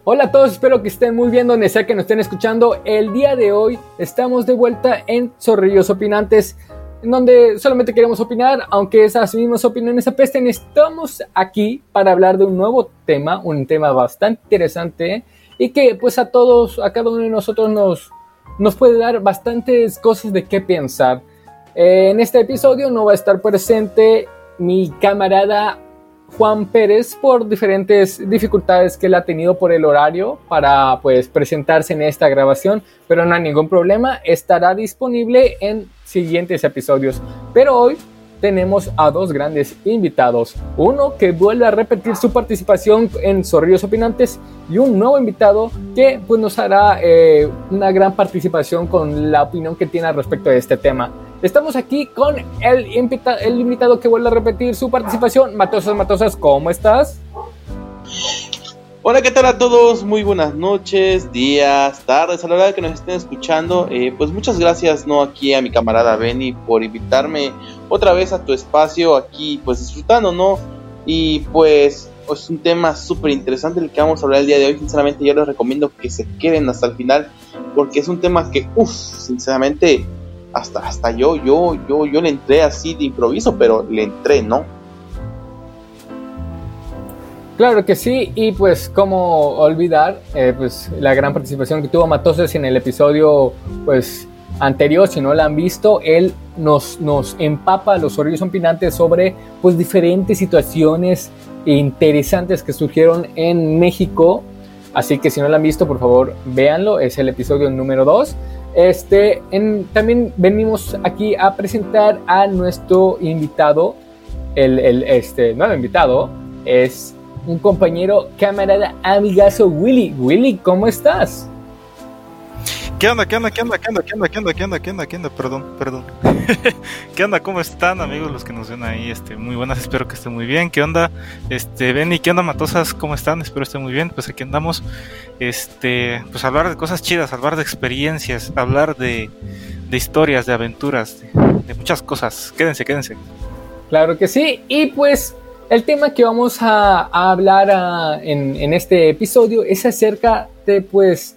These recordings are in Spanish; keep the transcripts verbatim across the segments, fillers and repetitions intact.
Hola a todos, espero que estén muy bien donde sea que nos estén escuchando. El día de hoy estamos de vuelta en Zorrillos Opinantes, en donde solamente queremos opinar, aunque esas mismas opiniones apesten. Estamos aquí para hablar de un nuevo tema, un tema bastante interesante y que pues a todos, a cada uno de nosotros nos, nos puede dar bastantes cosas de qué pensar. Eh, en este episodio no va a estar presente mi camarada Juan Pérez por diferentes dificultades que él ha tenido por el horario para pues presentarse en esta grabación, pero no hay ningún problema, estará disponible en siguientes episodios. Pero hoy tenemos a dos grandes invitados, uno que vuelve a repetir su participación en Zorrillos Opinantes y un nuevo invitado que pues nos hará eh, una gran participación con la opinión que tiene al respecto de este tema. Estamos aquí con el, invita- el invitado que vuelve a repetir su participación. Matosas, Matosas, ¿cómo estás? Hola, ¿qué tal a todos? Muy buenas noches, días, tardes, a la hora que nos estén escuchando. Eh, pues muchas gracias, ¿no? Aquí a mi camarada Benny por invitarme otra vez a tu espacio, aquí pues disfrutando, ¿no? Y pues es un tema súper interesante el que vamos a hablar el día de hoy. Sinceramente yo les recomiendo que se queden hasta el final, porque es un tema que, uff, sinceramente... Hasta, hasta yo, yo, yo, yo le entré así de improviso, pero le entré, ¿no? Claro que sí, y pues cómo olvidar eh, pues la gran participación que tuvo Matosas en el episodio pues anterior. Si no la han visto, él nos, nos empapa a los Zorrillos Opinantes sobre pues diferentes situaciones interesantes que surgieron en México. Así que si no la han visto, por favor, véanlo, es el episodio número dos. Este, en, también venimos aquí a presentar a nuestro invitado. El, el este, nuevo invitado es un compañero, camarada, amigazo, Willy. Willy, ¿cómo estás? ¿Qué onda, qué onda, qué onda, qué onda, qué onda, qué onda, qué onda, qué onda, qué onda? Perdón, perdón. ¿Qué onda, cómo están, amigos, los que nos ven ahí? Este, muy buenas, espero que estén muy bien. ¿Qué onda, este, Benny? ¿Qué onda, Matosas? ¿Cómo están? Espero estén muy bien. Pues aquí andamos, este, pues hablar de cosas chidas, hablar de experiencias, hablar de, de historias, de aventuras, de, de muchas cosas. Quédense, quédense. Claro que sí, y pues el tema que vamos a, a hablar a, en, en este episodio es acerca de, pues,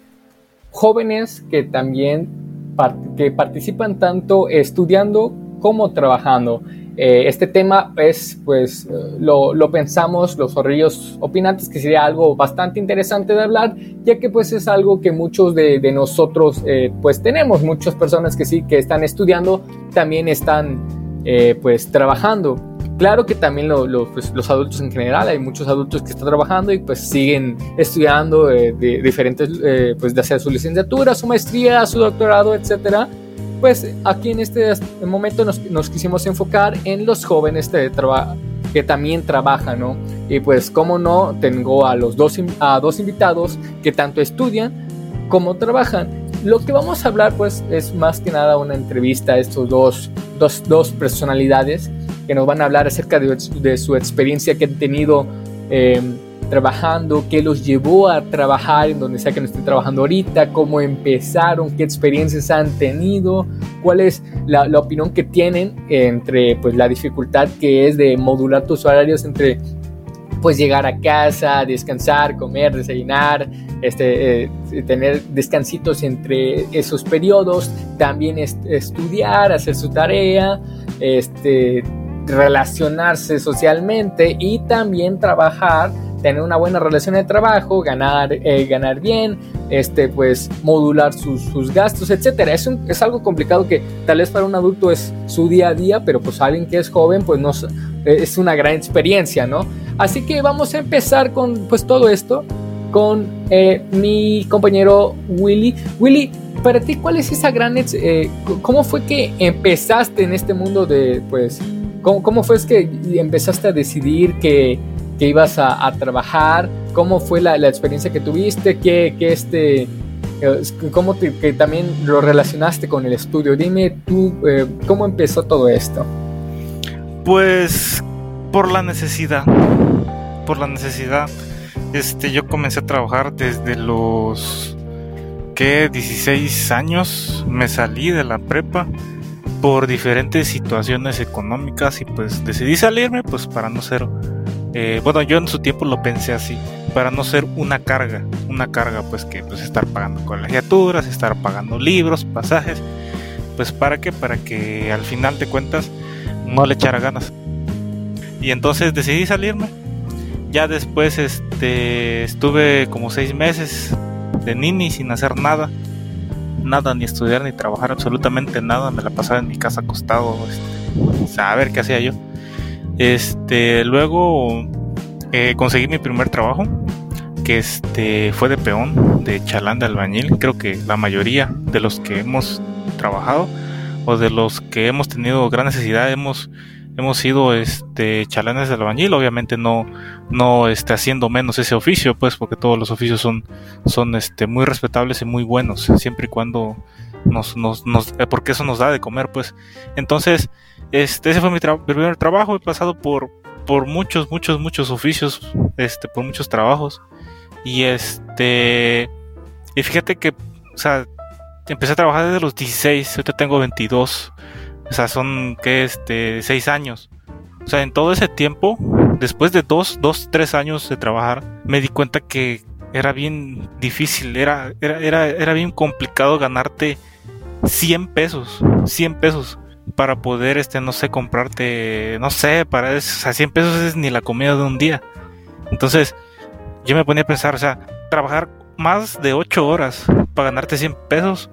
jóvenes que también part- que participan tanto estudiando como trabajando. Eh, este tema es, pues, lo, lo pensamos los Zorrillos Opinantes que sería algo bastante interesante de hablar, ya que pues es algo que muchos de, de nosotros eh, pues tenemos, muchas personas que sí, que están estudiando, también están eh, pues trabajando. Claro que también lo, lo, pues, los adultos en general, hay muchos adultos que están trabajando y pues siguen estudiando eh, de diferentes, eh, pues de hacer su licenciatura, su maestría, su doctorado, etcétera. Pues aquí en este momento nos, nos quisimos enfocar en los jóvenes de traba- que también trabajan, ¿no? Y pues cómo no, tengo a los dos, a dos invitados que tanto estudian como trabajan. Lo que vamos a hablar pues es más que nada una entrevista a estos dos, dos, dos personalidades que nos van a hablar acerca de, de su experiencia que han tenido eh, trabajando, qué los llevó a trabajar en donde sea que no estén trabajando ahorita, cómo empezaron, qué experiencias han tenido, cuál es la, la opinión que tienen entre pues, la dificultad que es de modular tus horarios entre pues llegar a casa, descansar, comer, desayunar, este, eh, tener descansitos entre esos periodos, también est- estudiar, hacer su tarea, este relacionarse socialmente y también trabajar, tener una buena relación de trabajo, ganar, eh, ganar bien, este, pues modular sus, sus gastos, etcétera. Es, un, es algo complicado que tal vez para un adulto es su día a día, pero pues alguien que es joven pues no, es una gran experiencia, ¿no? Así que vamos a empezar con pues todo esto con eh, mi compañero Willy. Willy, para ti, ¿cuál es esa gran eh, cómo fue que empezaste en este mundo de pues ¿Cómo, ¿Cómo fue que empezaste a decidir que, que ibas a, a trabajar? ¿Cómo fue la, la experiencia que tuviste? ¿Qué, qué este, ¿Cómo te, que también lo relacionaste con el estudio? Dime tú, eh, ¿cómo empezó todo esto? Pues por la necesidad. Por la necesidad. Este, yo comencé a trabajar desde los ¿qué? dieciséis años. Me salí de la prepa por diferentes situaciones económicas y pues decidí salirme pues para no ser eh, bueno, yo en su tiempo lo pensé así, para no ser una carga una carga pues que pues estar pagando colegiaturas, estar pagando libros, pasajes, pues para qué, para que al final de cuentas no le echara ganas. Y entonces decidí salirme. Ya después este estuve como seis meses de nini sin hacer nada, nada, ni estudiar ni trabajar, absolutamente nada. Me la pasaba en mi casa acostado, este, a ver qué hacía yo. Este, luego eh, conseguí mi primer trabajo, que este fue de peón, de chalán, de albañil. Creo que la mayoría de los que hemos trabajado o de los que hemos tenido gran necesidad hemos hemos sido este chalanes de albañil. Obviamente no no este haciendo menos ese oficio, pues, porque todos los oficios son son este muy respetables y muy buenos, siempre y cuando nos nos nos eh, porque eso nos da de comer, pues. Entonces, este ese fue mi, tra- mi primer trabajo. He pasado por por muchos muchos muchos oficios, este por muchos trabajos. Y este y fíjate que, o sea, empecé a trabajar desde los dieciséis, ahorita tengo veintidós. O sea, son que este seis años. O sea, en todo ese tiempo, después de dos, dos, tres años de trabajar, me di cuenta que era bien difícil, era, era, era, era bien complicado ganarte cien pesos, cien pesos para poder, este, no sé, comprarte, no sé, para eso, o sea, cien pesos es ni la comida de un día. Entonces, yo me ponía a pensar, o sea, trabajar más de ocho horas para ganarte cien pesos,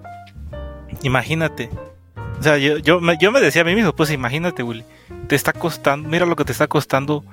imagínate. O sea, yo, yo, me, yo me decía a mí mismo, pues imagínate, Willy, te está costando, mira lo que te está costando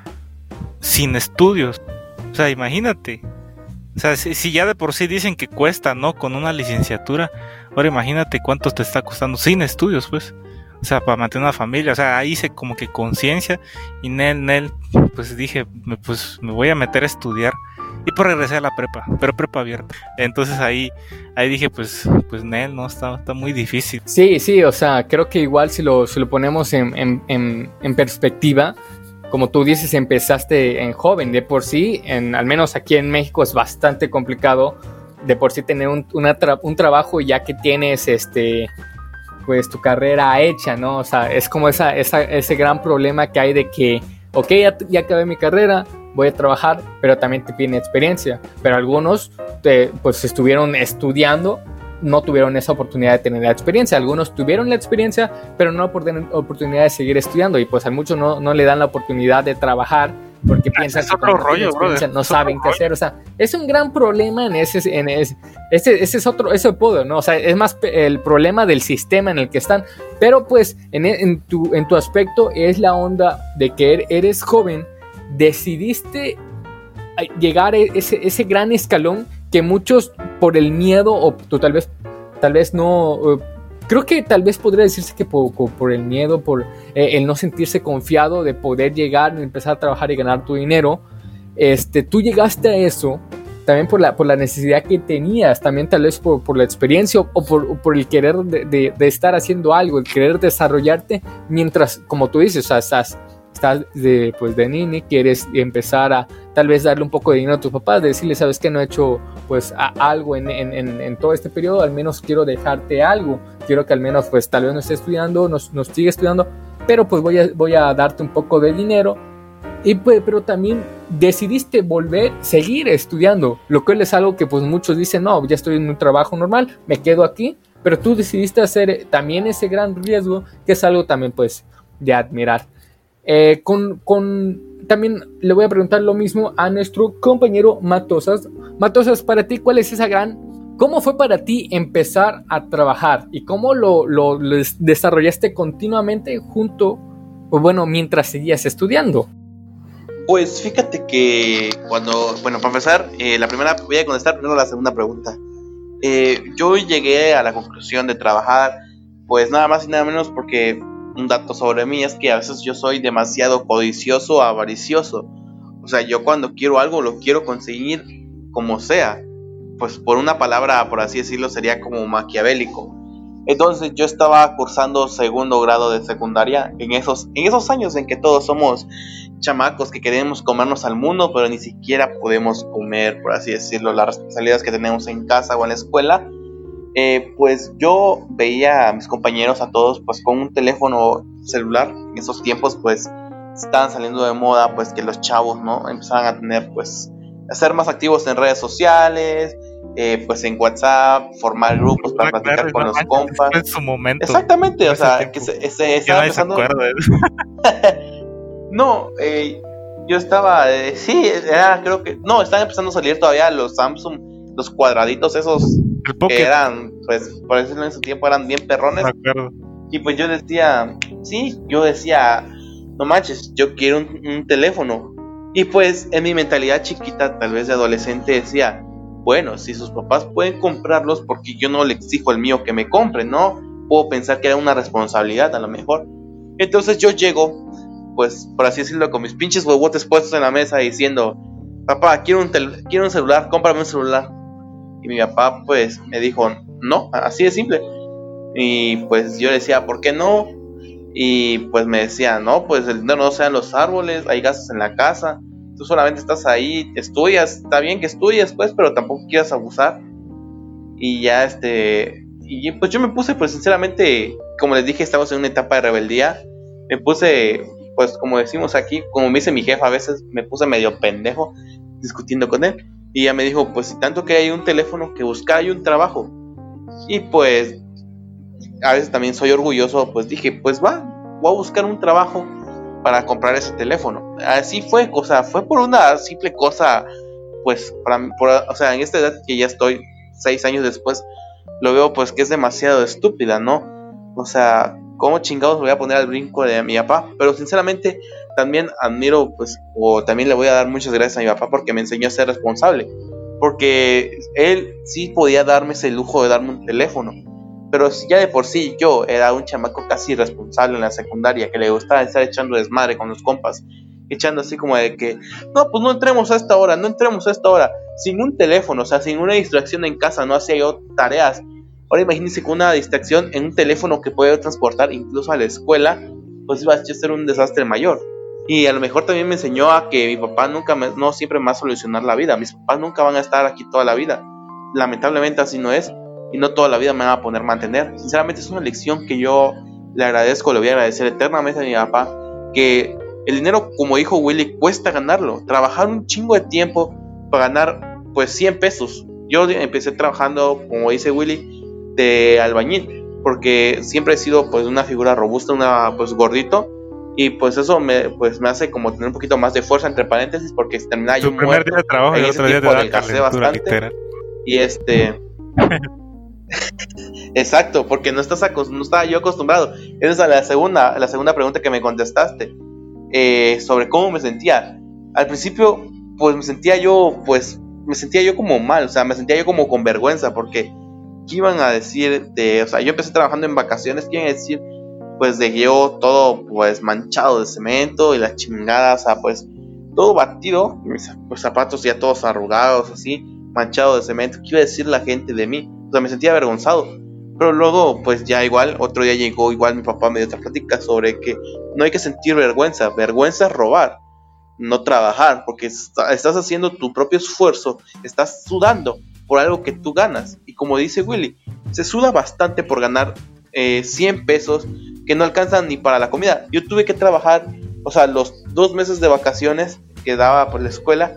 sin estudios. O sea, imagínate. O sea, si, si ya de por sí dicen que cuesta, ¿no? Con una licenciatura, ahora imagínate cuánto te está costando sin estudios, pues. O sea, para mantener una familia. O sea, ahí hice como que conciencia y Nel, Nel, pues dije, me, pues me voy a meter a estudiar. Y pues regresé a la prepa, pero prepa abierta. Entonces ahí, ahí dije, pues, pues Nel, no, está, está muy difícil. Sí, sí, o sea, creo que igual si lo, si lo ponemos en, en, en, en perspectiva, como tú dices, empezaste en joven, de por sí, en, al menos aquí en México es bastante complicado de por sí tener un, una tra- un trabajo ya que tienes este, pues tu carrera hecha, ¿no? O sea, es como esa, esa, ese gran problema que hay de que, ok, ya, ya acabé mi carrera, voy a trabajar, pero también te piden experiencia. Pero algunos te, pues estuvieron estudiando, no tuvieron esa oportunidad de tener la experiencia. Algunos tuvieron la experiencia, pero no por tener oportunidad de seguir estudiando. Y pues a muchos no, no le dan la oportunidad de trabajar porque piensan es otro rollo, brother. No saben qué hacer. O sea, es un gran problema en ese, en ese, ese, ese es otro, ese poder, ¿no? O sea, es más el problema del sistema en el que están. Pero pues en, en, tu, en tu aspecto es la onda de que eres joven, decidiste llegar a ese, ese gran escalón que muchos por el miedo o tú tal vez tal vez no uh, creo que tal vez podría decirse que por, por el miedo, por eh, el no sentirse confiado de poder llegar, empezar a trabajar y ganar tu dinero, este, tú llegaste a eso también por la, por la necesidad que tenías, también tal vez por, por la experiencia o por, o por el querer de, de, de estar haciendo algo, el querer desarrollarte mientras, como tú dices, o sea, estás estás de, pues de nini, quieres empezar a tal vez darle un poco de dinero a tus papás, decirle, sabes que no he hecho pues a, algo en, en, en, en todo este periodo, al menos quiero dejarte algo, quiero que al menos pues tal vez no esté estudiando, no, no sigue estudiando, pero pues voy a, voy a darte un poco de dinero. Y pues, pero también decidiste volver, seguir estudiando, lo cual es algo que pues muchos dicen, no, ya estoy en un trabajo normal, me quedo aquí, pero tú decidiste hacer también ese gran riesgo, que es algo también pues de admirar. Eh, con, con también le voy a preguntar lo mismo a nuestro compañero Matosas. Matosas, para ti, ¿cuál es esa gran? ¿Cómo fue para ti empezar a trabajar y cómo lo, lo, lo desarrollaste continuamente junto, o bueno, mientras seguías estudiando? Pues fíjate que cuando, bueno, para empezar, eh, la primera, voy a contestar primero la segunda pregunta. Eh, yo llegué a la conclusión de trabajar, pues nada más y nada menos porque un dato sobre mí es que a veces yo soy demasiado codicioso, avaricioso. O sea, yo cuando quiero algo lo quiero conseguir como sea. Pues por una palabra, por así decirlo, sería como maquiavélico. Entonces yo estaba cursando segundo grado de secundaria en esos, en esos años en que todos somos chamacos que queremos comernos al mundo, pero ni siquiera podemos comer, por así decirlo, las responsabilidades que tenemos en casa o en la escuela. Eh, pues yo veía a mis compañeros, a todos, pues con un teléfono celular. En esos tiempos pues estaban saliendo de moda, pues que los chavos, ¿no? Empezaban a tener pues ser más activos en redes sociales, eh, pues en WhatsApp, formar grupos para Ah, platicar claro, con no los manches, compas. fue en su momento. Exactamente, Fue o ese sea, tiempo. que se, se Ya estaba nadie se empezando. acuerda de eso. No, eh, yo estaba, eh, sí, era, creo que, no, estaban empezando a salir todavía los Samsung, los cuadraditos esos El que Pocket, eran, pues, por decirlo en su tiempo, eran bien perrones. me acuerdo. Y pues yo decía, sí, yo decía, no manches, yo quiero un, un teléfono. Y pues en mi mentalidad chiquita, tal vez de adolescente, decía, bueno, si sus papás pueden comprarlos, porque yo no le exijo al mío que me compre, ¿no? Puedo pensar que era una responsabilidad a lo mejor. Entonces yo llego, pues por así decirlo, con mis pinches huevotes puestos en la mesa diciendo, papá, quiero un, tel- quiero un celular, cómprame un celular. Y mi papá pues me dijo, no, así de simple. Y pues yo decía, ¿por qué no? Y pues me decía, no, pues el dinero no sean los árboles, hay gastos en la casa, tú solamente estás ahí, estudias, está bien que estudies pues, pero tampoco quieras abusar. Y ya este, y pues yo me puse, pues sinceramente, como les dije, estamos en una etapa de rebeldía, me puse, pues como decimos aquí, como me dice mi jefa a veces, me puse medio pendejo discutiendo con él. Y ella me dijo, pues si tanto que hay un teléfono, que buscar hay un trabajo. Y pues a veces también soy orgulloso, pues dije, pues va, voy a buscar un trabajo para comprar ese teléfono. Así fue, o sea, fue por una simple cosa, pues, para mí, por, o sea, en esta edad que ya estoy, seis años después, lo veo pues que es demasiado estúpida, ¿no? O sea, ¿cómo chingados me voy a poner al brinco de mi papá? Pero sinceramente también admiro, pues, o también le voy a dar muchas gracias a mi papá porque me enseñó a ser responsable. Porque él sí podía darme ese lujo de darme un teléfono. Pero si ya de por sí yo era un chamaco casi irresponsable en la secundaria, que le gustaba estar echando desmadre con los compas, echando así como de que, no, pues no entremos a esta hora, no entremos a esta hora, sin un teléfono, o sea, sin una distracción en casa, no hacía yo tareas. Ahora imagínense con una distracción en un teléfono que puede transportar incluso a la escuela, pues iba a ser un desastre mayor. Y a lo mejor también me enseñó a que mi papá nunca, me, no siempre me va a solucionar la vida, mis papás nunca van a estar aquí toda la vida, lamentablemente así no es. Y no toda la vida me va a poner mantener. Sinceramente es una lección que yo le agradezco, le voy a agradecer eternamente a mi papá. Que el dinero, como dijo Willy, cuesta ganarlo. Trabajar un chingo de tiempo para ganar pues cien pesos. Yo empecé trabajando, como dice Willy, de albañil. Porque siempre he sido pues una figura robusta, una pues gordito. Y pues eso me, pues, me hace como tener un poquito más de fuerza entre paréntesis. Porque si terminaba yo Tu primer muerto, día de trabajo y en otro ese día te tiempo da adelgacé calentura bastante. literal. Y este... Exacto, porque no estás acos- no estaba yo acostumbrado. Esa es la segunda, la segunda pregunta que me contestaste, eh, sobre cómo me sentía. Al principio, pues me sentía yo, pues me sentía yo como mal, o sea, me sentía yo como con vergüenza, porque ¿qué iban a decir de, o sea, yo empecé trabajando en vacaciones, ¿qué iban a decir? Pues de yo todo, pues manchado de cemento y las chingadas, o sea, pues todo batido, mis pues, zapatos ya todos arrugados, así, manchado de cemento. ¿Qué iba a decir la gente de mí? O sea, me sentía avergonzado. Pero luego, pues ya igual, otro día llegó igual mi papá me dio otra plática sobre que no hay que sentir vergüenza. Vergüenza es robar, no trabajar, porque estás haciendo tu propio esfuerzo, estás sudando por algo que tú ganas. Y como dice Willy, se suda bastante por ganar eh, cien pesos que no alcanzan ni para la comida. Yo tuve que trabajar, o sea, los dos meses de vacaciones que daba por la escuela,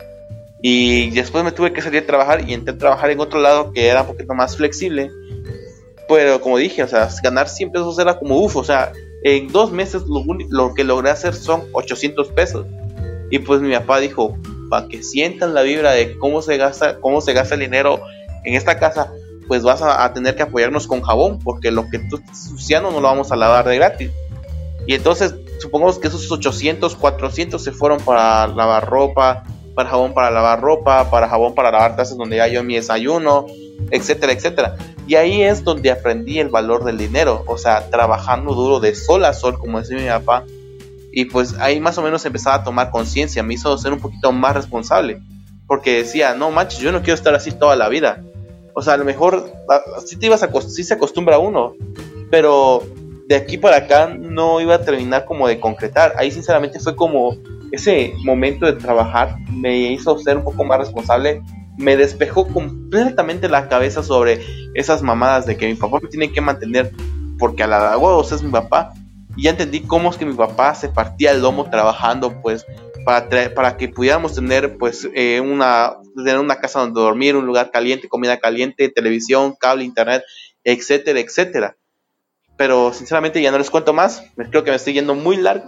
y después me tuve que salir a trabajar y entré a trabajar en otro lado que era un poquito más flexible. Pero como dije, o sea, ganar cien pesos era como uff, o sea, en dos meses lo, lo que logré hacer son ochocientos pesos. Y pues mi papá dijo, para que sientan la vibra de cómo se gasta, cómo se gasta el dinero en esta casa, pues vas a, a tener que apoyarnos con jabón, porque lo que tú estás suciando no lo vamos a lavar de gratis. Y entonces supongamos que esos ochocientos, cuatrocientos se fueron para lavar ropa, para jabón para lavar ropa, para jabón para lavar tazas donde ya yo mi desayuno, etcétera, etcétera. Y ahí es donde aprendí el valor del dinero, o sea, trabajando duro de sol a sol, como decía mi papá. Y pues ahí más o menos empezaba a tomar conciencia, me hizo ser un poquito más responsable, porque decía, no manches, yo no quiero estar así toda la vida. O sea, a lo mejor sí te ibas a acost- sí se acostumbra uno, pero de aquí para acá no iba a terminar como de concretar. Ahí sinceramente fue como ese momento de trabajar me hizo ser un poco más responsable, me despejó completamente la cabeza sobre esas mamadas de que mi papá me tiene que mantener porque a la huevos es mi papá. Y ya entendí cómo es que mi papá se partía el lomo trabajando, pues para, tra- para que pudiéramos tener pues eh, una tener una casa donde dormir, un lugar caliente, comida caliente, televisión, cable, internet, etcétera, etcétera. Pero sinceramente ya no les cuento más, creo que me estoy yendo muy largo.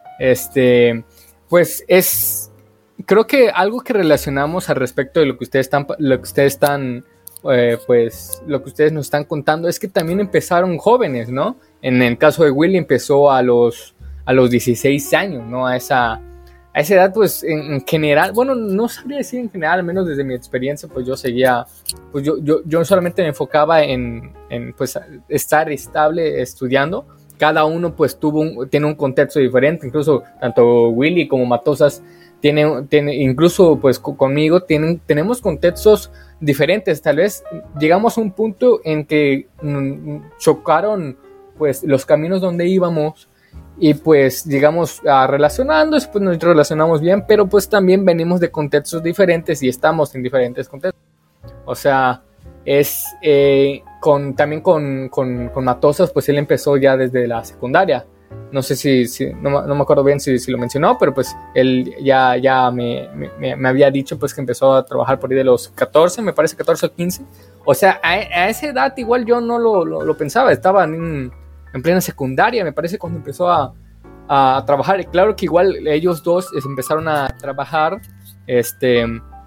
Este, pues es, creo que algo que relacionamos al respecto de lo que ustedes están, lo que ustedes están, eh, pues, lo que ustedes nos están contando es que también empezaron jóvenes, ¿no? En el caso de Willy empezó a los, a los dieciséis años, ¿no? A esa, a esa edad, pues, en, en general, bueno, no sabría decir en general, al menos desde mi experiencia, pues yo seguía, pues yo, yo, yo solamente me enfocaba en, en, pues, estar estable estudiando. Cada uno, pues, tuvo un, tiene un contexto diferente, incluso tanto Willy como Matosas tienen, tiene, incluso, pues, conmigo, tienen, tenemos contextos diferentes. Tal vez llegamos a un punto en que mm, chocaron, pues, los caminos donde íbamos. Y pues llegamos a relacionarnos, pues nos relacionamos bien, pero pues también venimos de contextos diferentes y estamos en diferentes contextos. O sea, es eh, con, también con, con, con Matosas, pues él empezó ya desde la secundaria. No sé si, si no, no me acuerdo bien si, si lo mencionó, pero pues él ya, ya me, me, me había dicho pues que empezó a trabajar por ahí de los catorce, me parece catorce o quince. O sea, a, a esa edad igual yo no lo, lo, lo pensaba, estaba en... en plena secundaria, me parece, cuando empezó a, a trabajar. Claro que igual ellos dos empezaron a trabajar este,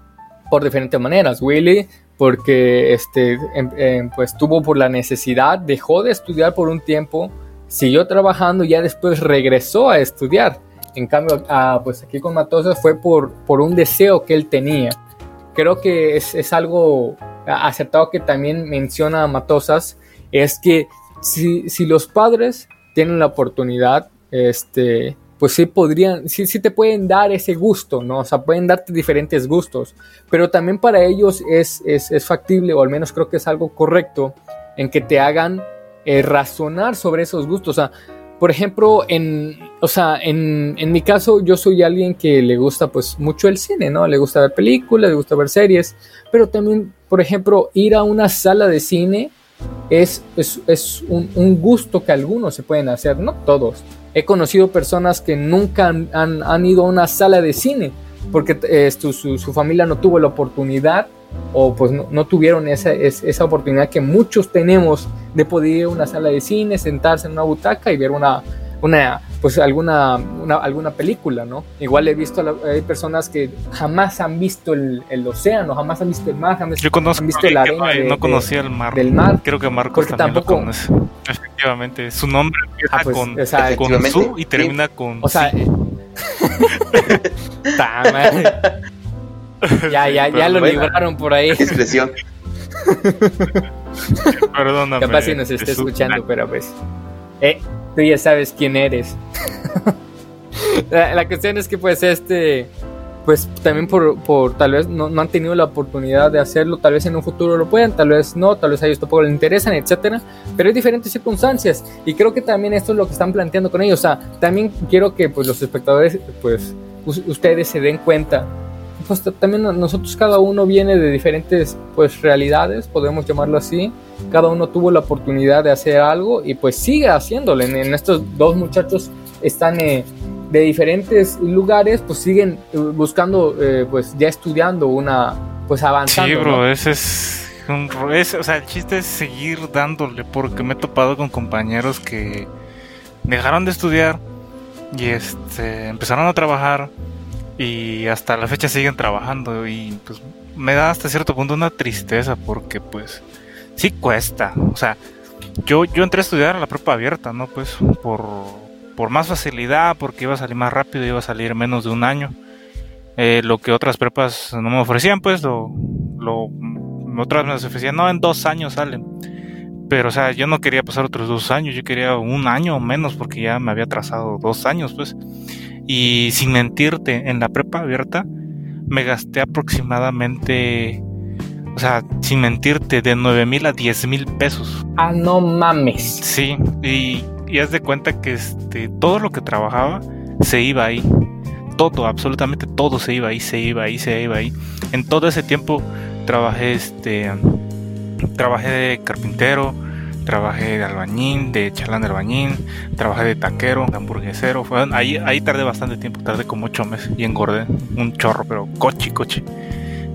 por diferentes maneras. Willy, porque este, em, em, pues tuvo por la necesidad, dejó de estudiar por un tiempo, siguió trabajando y ya después regresó a estudiar. En cambio, a, pues aquí con Matosas fue por, por un deseo que él tenía. Creo que es, es algo acertado que también menciona Matosas, es que Si, si los padres tienen la oportunidad, este, pues sí podrían, sí, sí te pueden dar ese gusto, ¿no? O sea, pueden darte diferentes gustos, pero también para ellos es, es, es factible, o al menos creo que es algo correcto, en que te hagan eh, razonar sobre esos gustos. O sea, por ejemplo, en, o sea, en, en mi caso, yo soy alguien que le gusta pues mucho el cine, ¿no? Le gusta ver películas, le gusta ver series, pero también, por ejemplo, ir a una sala de cine es, es, es un, un gusto que algunos se pueden hacer, no todos. He conocido personas que nunca han, han, han ido a una sala de cine porque eh, su, su, su familia no tuvo la oportunidad, o pues no, no tuvieron esa, esa oportunidad que muchos tenemos de poder ir a una sala de cine, sentarse en una butaca y ver una, una pues alguna, una, alguna película, ¿no? Igual he visto, hay personas que jamás han visto el, el océano, jamás han visto el mar, jamás Yo conozco han visto la arena no, de, no conocía el mar. del mar. Creo que Marcos porque también tampoco, lo conoce. Efectivamente, su nombre empieza ah, pues, con, o sea, con su y termina con o sea, sí. ya, ya, ya lo buena. Libraron por ahí. Expresión. Perdóname. Capaz si nos está escuchando, su... pero pues, eh, tú ya sabes quién eres. la, la cuestión es que pues este, pues también por, por tal vez no, no han tenido la oportunidad de hacerlo, tal vez en un futuro lo puedan, tal vez no, tal vez a ellos tampoco les interesan, etcétera, pero hay diferentes circunstancias y creo que también esto es lo que están planteando con ellos. O sea, también quiero que pues los espectadores, pues ustedes se den cuenta, pues también nosotros, cada uno viene de diferentes pues realidades, podemos llamarlo así. Cada uno tuvo la oportunidad de hacer algo y pues sigue haciéndolo. En, en estos dos muchachos están eh, de diferentes lugares, pues siguen buscando, eh, pues ya estudiando una, pues avanzando. Sí, bro, ¿no? ese es un, es, o sea, el chiste es seguir dándole, porque me he topado con compañeros que dejaron de estudiar y este empezaron a trabajar y hasta la fecha siguen trabajando, y pues me da hasta cierto punto una tristeza, porque pues sí cuesta. O sea, yo, yo entré a estudiar a la prepa abierta, ¿no? Pues por, por más facilidad, porque iba a salir más rápido, iba a salir menos de un año. Eh, lo que otras prepas no me ofrecían, pues lo, lo otras me ofrecían, no, en dos años salen. Pero, o sea, yo no quería pasar otros dos años, yo quería un año o menos, porque ya me había atrasado dos años, pues. Y sin mentirte, en la prepa abierta me gasté aproximadamente, o sea, sin mentirte, de nueve mil a diez mil pesos. Ah, no mames. Sí, y, y haz de cuenta que este, todo lo que trabajaba se iba ahí. Todo, absolutamente todo se iba ahí, se iba ahí, se iba ahí. En todo ese tiempo trabajé, este, trabajé de carpintero, trabajé de albañil, de chalán de albañil, trabajé de taquero, de hamburguesero. Fue, ahí, ahí tardé bastante tiempo, tardé como ocho meses y engordé un chorro, pero coche, coche.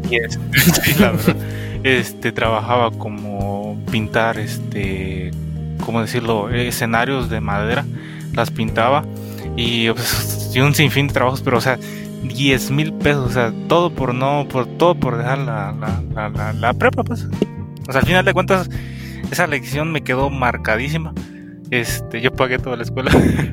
Y este, sí, la verdad, este, trabajaba como pintar, este, ¿cómo decirlo? Escenarios de madera, las pintaba y, pues, y un sinfín de trabajos, pero, o sea, diez mil pesos, o sea, todo por no, por todo por dejar la, la, la, la, la prepa, pues. O sea, al final de cuentas, esa lección me quedó marcadísima. Este, yo pagué toda la escuela.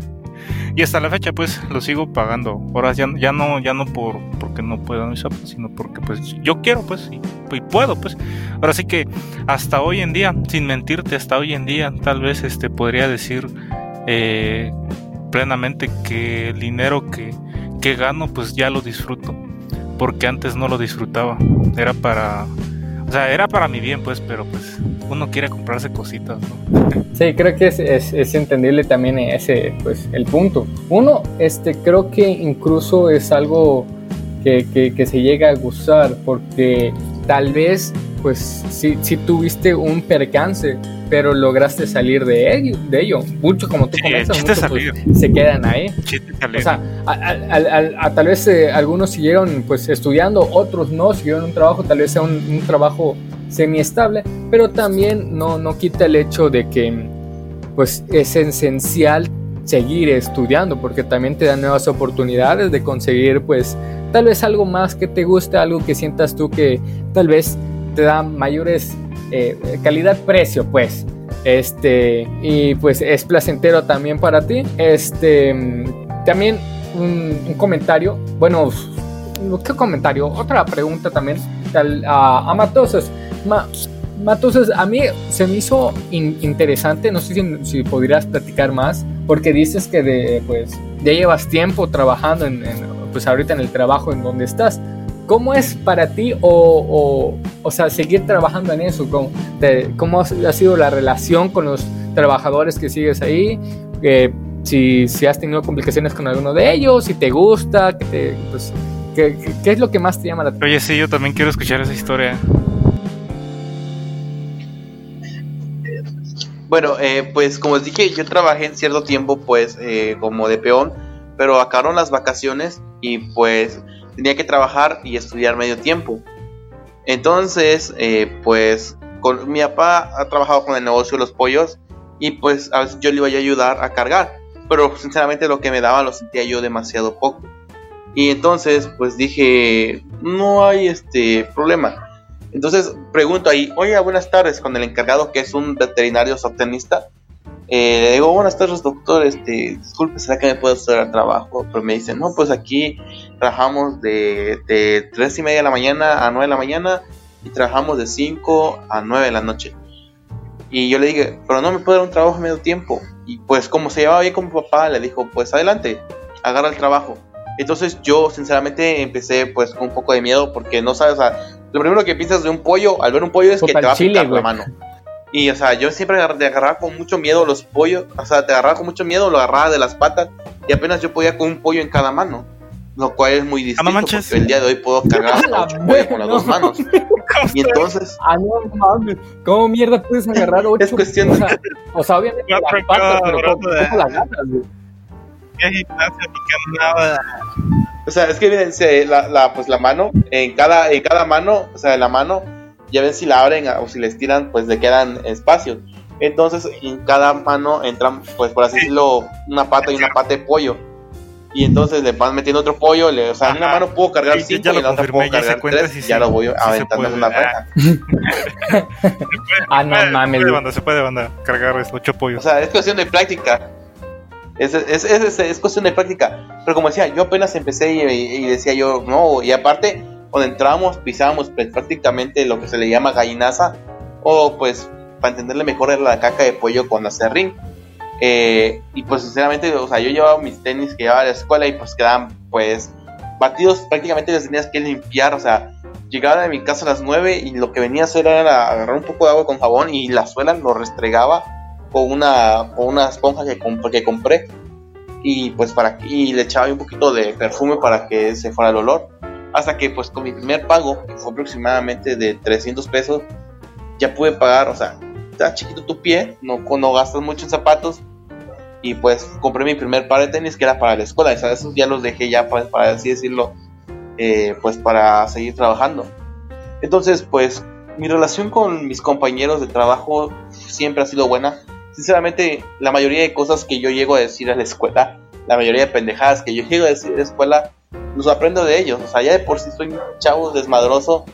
Y hasta la fecha, pues, lo sigo pagando. Ahora ya, ya no, ya no por porque no puedo mis papás, sino porque, pues, yo quiero, pues, y, y puedo, pues. Ahora sí que hasta hoy en día, sin mentirte, hasta hoy en día, tal vez, este, podría decir eh, plenamente que el dinero que, que gano, pues, ya lo disfruto, porque antes no lo disfrutaba. Era para, o sea, era para mi bien, pues, pero, pues, uno quiere comprarse cositas, ¿no? Sí, creo que es, es, es entendible también ese, pues, el punto. Uno, este, creo que incluso es algo que, que, que se llega a gustar, porque tal vez, pues, sí, sí tuviste un percance, pero lograste salir de ello, de ello. Mucho, como tú Sí, comentas, chiste muchos, pues, salir. se quedan ahí. Chiste salir. O sea, a, a, a, a, tal vez eh, algunos siguieron, pues, estudiando, otros no, siguieron un trabajo, tal vez sea un, un trabajo semiestable, pero también no, no quita el hecho de que, pues, es esencial seguir estudiando, porque también te dan nuevas oportunidades de conseguir, pues, tal vez algo más que te guste, algo que sientas tú que tal vez te da mayores eh, calidad-precio, pues, este, y pues es placentero también para ti. Este, también un, un comentario, bueno, ¿qué comentario? Otra pregunta también tal, a, a Matosos. Ma, Matosos, a mí se me hizo in, interesante, no sé si, si podrías platicar más, porque dices que de, pues, ya llevas tiempo trabajando en, en, pues ahorita en el trabajo en donde estás. ¿Cómo es para ti o, o, o sea, seguir trabajando en eso? ¿Cómo, te, cómo ha sido la relación con los trabajadores que sigues ahí? Eh, si, si has tenido complicaciones con alguno de ellos, si te gusta, que te, pues, ¿qué, qué, ¿qué es lo que más te llama la atención? Oye, sí, yo también quiero escuchar esa historia. Bueno, eh, pues como os dije, yo trabajé en cierto tiempo, pues, eh, como de peón, pero acabaron las vacaciones y pues tenía que trabajar y estudiar medio tiempo. Entonces, eh, pues, con, mi papá ha trabajado con el negocio de los pollos y pues a veces yo le iba a ayudar a cargar, pero sinceramente lo que me daban lo sentía yo demasiado poco. Y entonces, pues dije, no hay este problema. Entonces pregunto ahí, oye, buenas tardes, con el encargado, que es un veterinario zootecnista. Eh, le digo, buenas tardes, doctor, este, disculpe, ¿será que me puedo hacer el trabajo? Pero me dice, no, pues aquí trabajamos de, de tres y media de la mañana a nueve de la mañana y trabajamos de cinco a nueve de la noche. Y yo le dije, pero no me puede dar un trabajo a medio tiempo. Y pues como se llevaba bien con mi papá, le dijo, pues adelante, agarra el trabajo. Entonces yo sinceramente empecé pues con un poco de miedo, porque no sabes, o sea, lo primero que piensas de un pollo, al ver un pollo, es que te va a picar la mano. Y, o sea, yo siempre te agarraba con mucho miedo los pollos, o sea, te agarraba con mucho miedo, lo agarraba de las patas, y apenas yo podía con un pollo en cada mano, lo cual es muy distinto, ah, no porque el día de hoy puedo cargar hasta ocho pollos con las dos manos. Y entonces... Ah, no mames, ¿cómo mierda puedes agarrar ocho? Es cuestión de... O sea, o sea obviamente no, las patas, pero ¿cómo, ¿cómo las agarras, güey? ¿Qué gimnasia ni nada? O sea, es que miren, la, la, pues la mano, en cada, en cada mano, o sea, en la mano, ya ven si la abren o si les tiran, pues le quedan espacios. Entonces, en cada mano entran, pues por así decirlo, una pata y una pata de pollo. Y entonces le van metiendo otro pollo, le, o sea, en una mano puedo cargar sí, cinco y en la otra puedo cargar tres, sí, y ya sí, lo voy sí aventando en una reja. Ah, no mames. Se puede, banda, se puede, banda, cargar ocho pollos. O sea, es cuestión de práctica. Es, es, es, es, es cuestión de práctica. Pero como decía, yo apenas empecé y, y decía yo, no, y aparte, cuando entrábamos, pisábamos pues, prácticamente lo que se le llama gallinaza, o pues, para entenderle mejor, era la caca de pollo con aserrín. Eh, y pues, sinceramente, o sea, yo llevaba mis tenis que llevaba a la escuela y pues quedaban, pues, batidos, prácticamente los tenías que limpiar. O sea, llegaba de mi casa a las nueve y lo que venía a hacer era agarrar un poco de agua con jabón y la suela lo restregaba con una, con una esponja que, comp- que compré y pues para y le echaba un poquito de perfume para que se fuera el olor, hasta que pues con mi primer pago, que fue aproximadamente de trescientos pesos, ya pude pagar. O sea, está chiquito tu pie, no, no gastas mucho en zapatos, y pues compré mi primer par de tenis que era para la escuela, y ¿sabes? Esos ya los dejé ya para, para así decirlo, eh, pues para seguir trabajando. Entonces, pues, mi relación con mis compañeros de trabajo siempre ha sido buena. Sinceramente, la mayoría de cosas que yo llego a decir a la escuela, la mayoría de pendejadas que yo llego a decir a la escuela, los aprendo de ellos. O sea, ya de por sí soy un chavo desmadroso,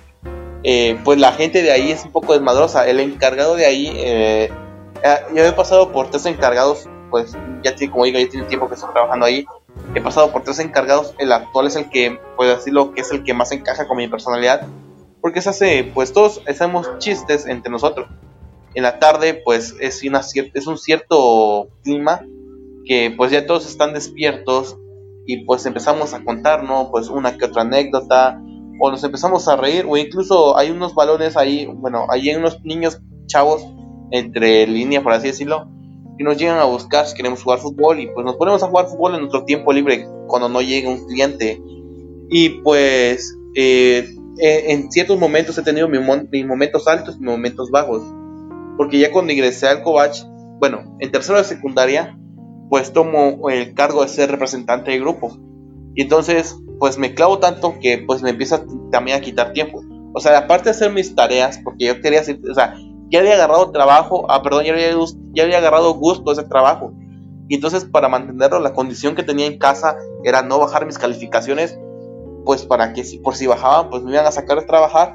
eh, pues la gente de ahí es un poco desmadrosa. El encargado de ahí, eh, yo he pasado por tres encargados, pues ya tiene, como digo, ya tiene tiempo que estoy trabajando ahí. He pasado por tres encargados. El actual es el que, pues decirlo, que es el que más encaja con mi personalidad, porque se hace, pues todos hacemos chistes entre nosotros. En la tarde, pues es, una, es un cierto clima que pues ya todos están despiertos y pues empezamos a contar, ¿no? Pues una que otra anécdota, o nos empezamos a reír, o incluso hay unos balones ahí, bueno, hay unos niños chavos entre línea, por así decirlo, que nos llegan a buscar si queremos jugar fútbol, y pues nos ponemos a jugar fútbol en nuestro tiempo libre cuando no llega un cliente. Y pues eh, en ciertos momentos he tenido mis, mis momentos altos y mis momentos bajos, porque ya cuando ingresé al Covach, bueno, en tercero de secundaria, pues tomo el cargo de ser representante de grupo, y entonces pues me clavo tanto que pues me empieza también a quitar tiempo. O sea, aparte de hacer mis tareas, porque yo quería hacer, o sea, ya había agarrado trabajo, ah, perdón, ya había, ya había agarrado gusto a ese trabajo, y entonces para mantenerlo, la condición que tenía en casa era no bajar mis calificaciones, pues para que si, por si bajaban, pues me iban a sacar de trabajar,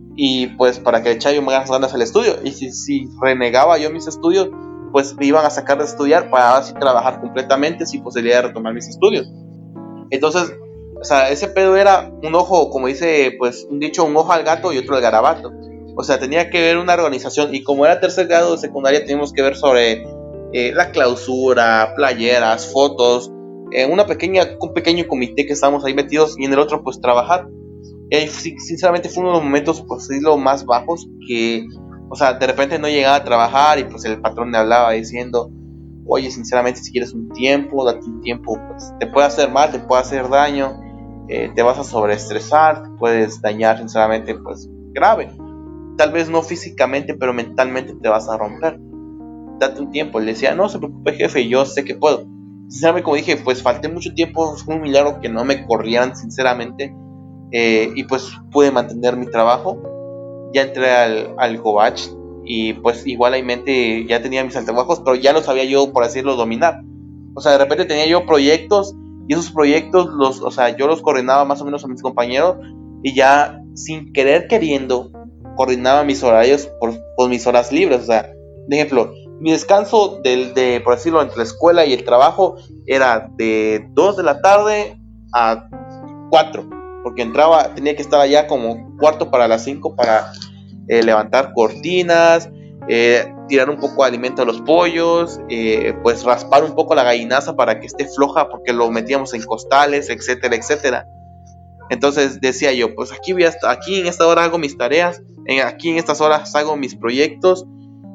y pues para que le echara yo más ganas al estudio, y si, si renegaba yo mis estudios, pues me iban a sacar de estudiar para así trabajar completamente sin posibilidad de retomar mis estudios. Entonces, o sea, ese pedo era un ojo, como dice, pues un dicho, un ojo al gato y otro al garabato. O sea, tenía que ver una organización, y como era tercer grado de secundaria, teníamos que ver sobre eh, la clausura, playeras, fotos, eh, una pequeña, un pequeño comité que estábamos ahí metidos, y en el otro pues trabajar. Y sinceramente fue uno de los momentos, pues lo más bajos, que, o sea, de repente no llegaba a trabajar y pues el patrón me hablaba diciendo, oye, sinceramente, si quieres un tiempo, date un tiempo, pues te puede hacer mal, te puede hacer daño, eh, te vas a sobreestresar, te puedes dañar, sinceramente, pues grave. Tal vez no físicamente, pero mentalmente te vas a romper. Date un tiempo. Le decía, no se preocupe, jefe, yo sé que puedo. Sinceramente, como dije, pues falté mucho tiempo, fue un milagro que no me corrieran, sinceramente. Eh, y pues pude mantener mi trabajo. Ya entré al, al Covach, y pues igualmente ya tenía mis altibajos, pero ya lo sabía yo, por así decirlo, dominar. O sea, de repente tenía yo proyectos, y esos proyectos los, o sea, yo los coordinaba más o menos a mis compañeros, y ya sin querer queriendo coordinaba mis horarios por, por mis horas libres. O sea, de ejemplo, mi descanso del, de, por decirlo, entre la escuela y el trabajo era de dos de la tarde a cuatro, porque entraba, tenía que estar allá como cuarto para las cinco para eh, levantar cortinas, eh, tirar un poco de alimento a los pollos, eh, pues raspar un poco la gallinaza para que esté floja, porque lo metíamos en costales, etcétera, etcétera. Entonces decía yo, pues aquí voy a estar, aquí en esta hora hago mis tareas, en, aquí en estas horas hago mis proyectos,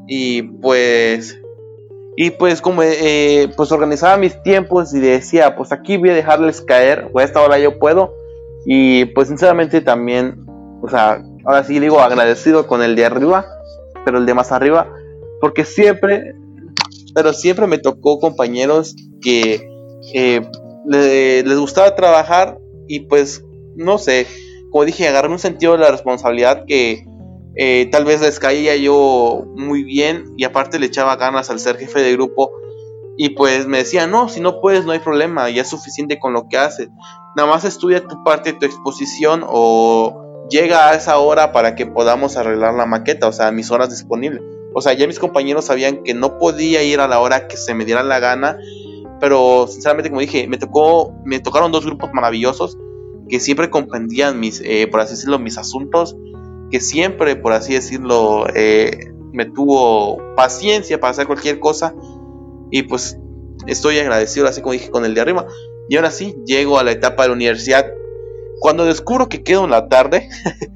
y pues y pues como eh, pues organizaba mis tiempos y decía, pues aquí voy a dejarles caer, o a esta hora yo puedo. Y pues sinceramente también, o sea, ahora sí digo agradecido con el de arriba, pero el de más arriba, porque siempre, pero siempre me tocó compañeros que eh, le, les gustaba trabajar, y pues no sé, como dije, agarré un sentido de la responsabilidad que eh, tal vez les caía yo muy bien, y aparte le echaba ganas al ser jefe de grupo. Y pues me decía, no, si no puedes no hay problema, ya es suficiente con lo que haces, nada más estudia tu parte de tu exposición, o llega a esa hora para que podamos arreglar la maqueta, o sea, mis horas disponibles. O sea, ya mis compañeros sabían que no podía ir a la hora que se me diera la gana, pero sinceramente, como dije, me tocó, me tocaron dos grupos maravillosos que siempre comprendían mis, eh, por así decirlo, mis asuntos, que siempre, por así decirlo, eh, me tuvo paciencia para hacer cualquier cosa. Y pues estoy agradecido, así como dije, con el de arriba. Y ahora sí, llego a la etapa de la universidad. Cuando descubro que quedo en la tarde,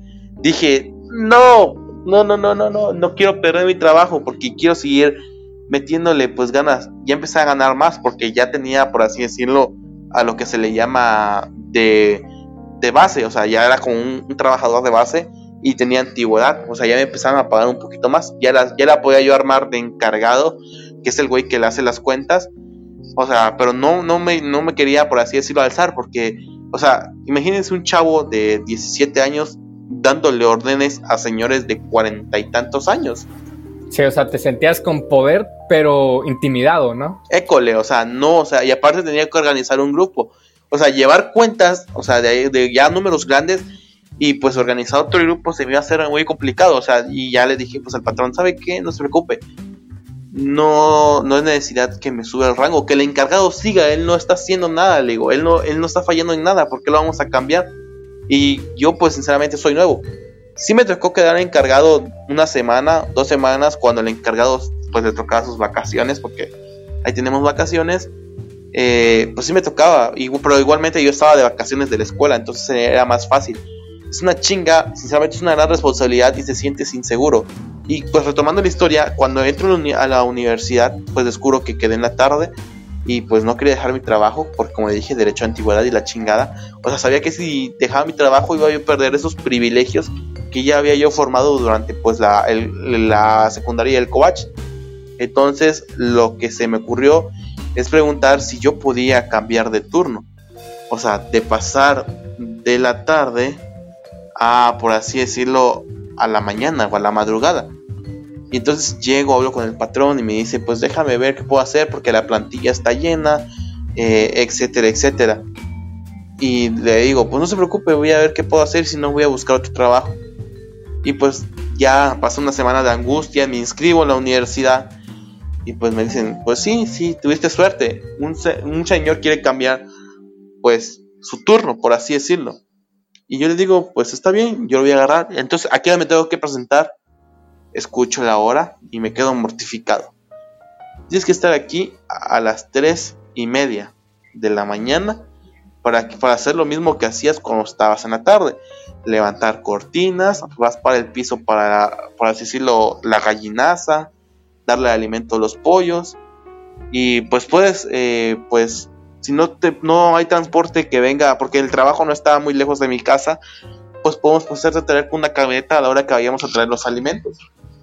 dije, no, no, no, no, no, no, no quiero perder mi trabajo, porque quiero seguir metiéndole pues ganas. Ya empecé a ganar más, porque ya tenía, por así decirlo, a lo que se le llama de, de base. O sea, ya era como un, un trabajador de base, y tenía antigüedad. O sea, ya me empezaron a pagar un poquito más. Ya la, ya la podía yo armar de encargado, que es el güey que le hace las cuentas. O sea, pero no, no, me, no me quería, por así decirlo, alzar, porque, o sea, imagínense un chavo de diecisiete años dándole órdenes a señores de cuarenta y tantos años. Sí, o sea, te sentías con poder, pero intimidado, ¿no? École, o sea, no, o sea, y aparte tenía que organizar un grupo, o sea, llevar cuentas, o sea, de, de ya números grandes, y pues organizar otro grupo se me iba a hacer muy complicado, o sea, y ya le dije pues al patrón, ¿sabe qué? No se preocupe, no, no es necesidad que me suba el rango, que el encargado siga, él no está haciendo nada, le digo, él no, él no está fallando en nada, ¿por qué lo vamos a cambiar? Y yo pues sinceramente soy nuevo. Sí me tocó quedar encargado una semana, dos semanas, cuando el encargado pues le tocaba sus vacaciones, porque ahí tenemos vacaciones, eh, pues sí me tocaba, y, pero igualmente yo estaba de vacaciones de la escuela, entonces era más fácil. Es una chinga, sinceramente es una gran responsabilidad y te sientes inseguro. Y pues retomando la historia, cuando entro a la universidad, pues descubro que quedé en la tarde, y pues no quería dejar mi trabajo, porque como dije, derecho a antigüedad y la chingada, o sea, sabía que si dejaba mi trabajo iba yo a perder esos privilegios que ya había yo formado durante pues la, el, la secundaria y el covach. Entonces lo que se me ocurrió es preguntar si yo podía cambiar de turno, o sea, de pasar de la tarde a, por así decirlo, a la mañana o a la madrugada. Y entonces llego, hablo con el patrón y me dice, pues déjame ver qué puedo hacer porque la plantilla está llena, eh, etcétera, etcétera. Y le digo, pues no se preocupe, voy a ver qué puedo hacer, si no voy a buscar otro trabajo. Y pues ya pasó una semana de angustia, me inscribo en la universidad y pues me dicen, pues sí, sí, tuviste suerte, un, se- un señor quiere cambiar pues su turno, por así decirlo. Y yo le digo, pues está bien, yo lo voy a agarrar. Entonces, ¿a qué hora me tengo que presentar? Escucho la hora y me quedo mortificado. Tienes que estar aquí a las tres y media de la mañana para, para hacer lo mismo que hacías cuando estabas en la tarde. Levantar cortinas, raspar el piso para, por así decirlo, la gallinaza, darle alimento a los pollos. Y pues puedes, eh, pues, si no, te, no hay transporte que venga, porque el trabajo no estaba muy lejos de mi casa, pues podemos pues, hacerte traer con una camioneta a la hora que vayamos a traer los alimentos.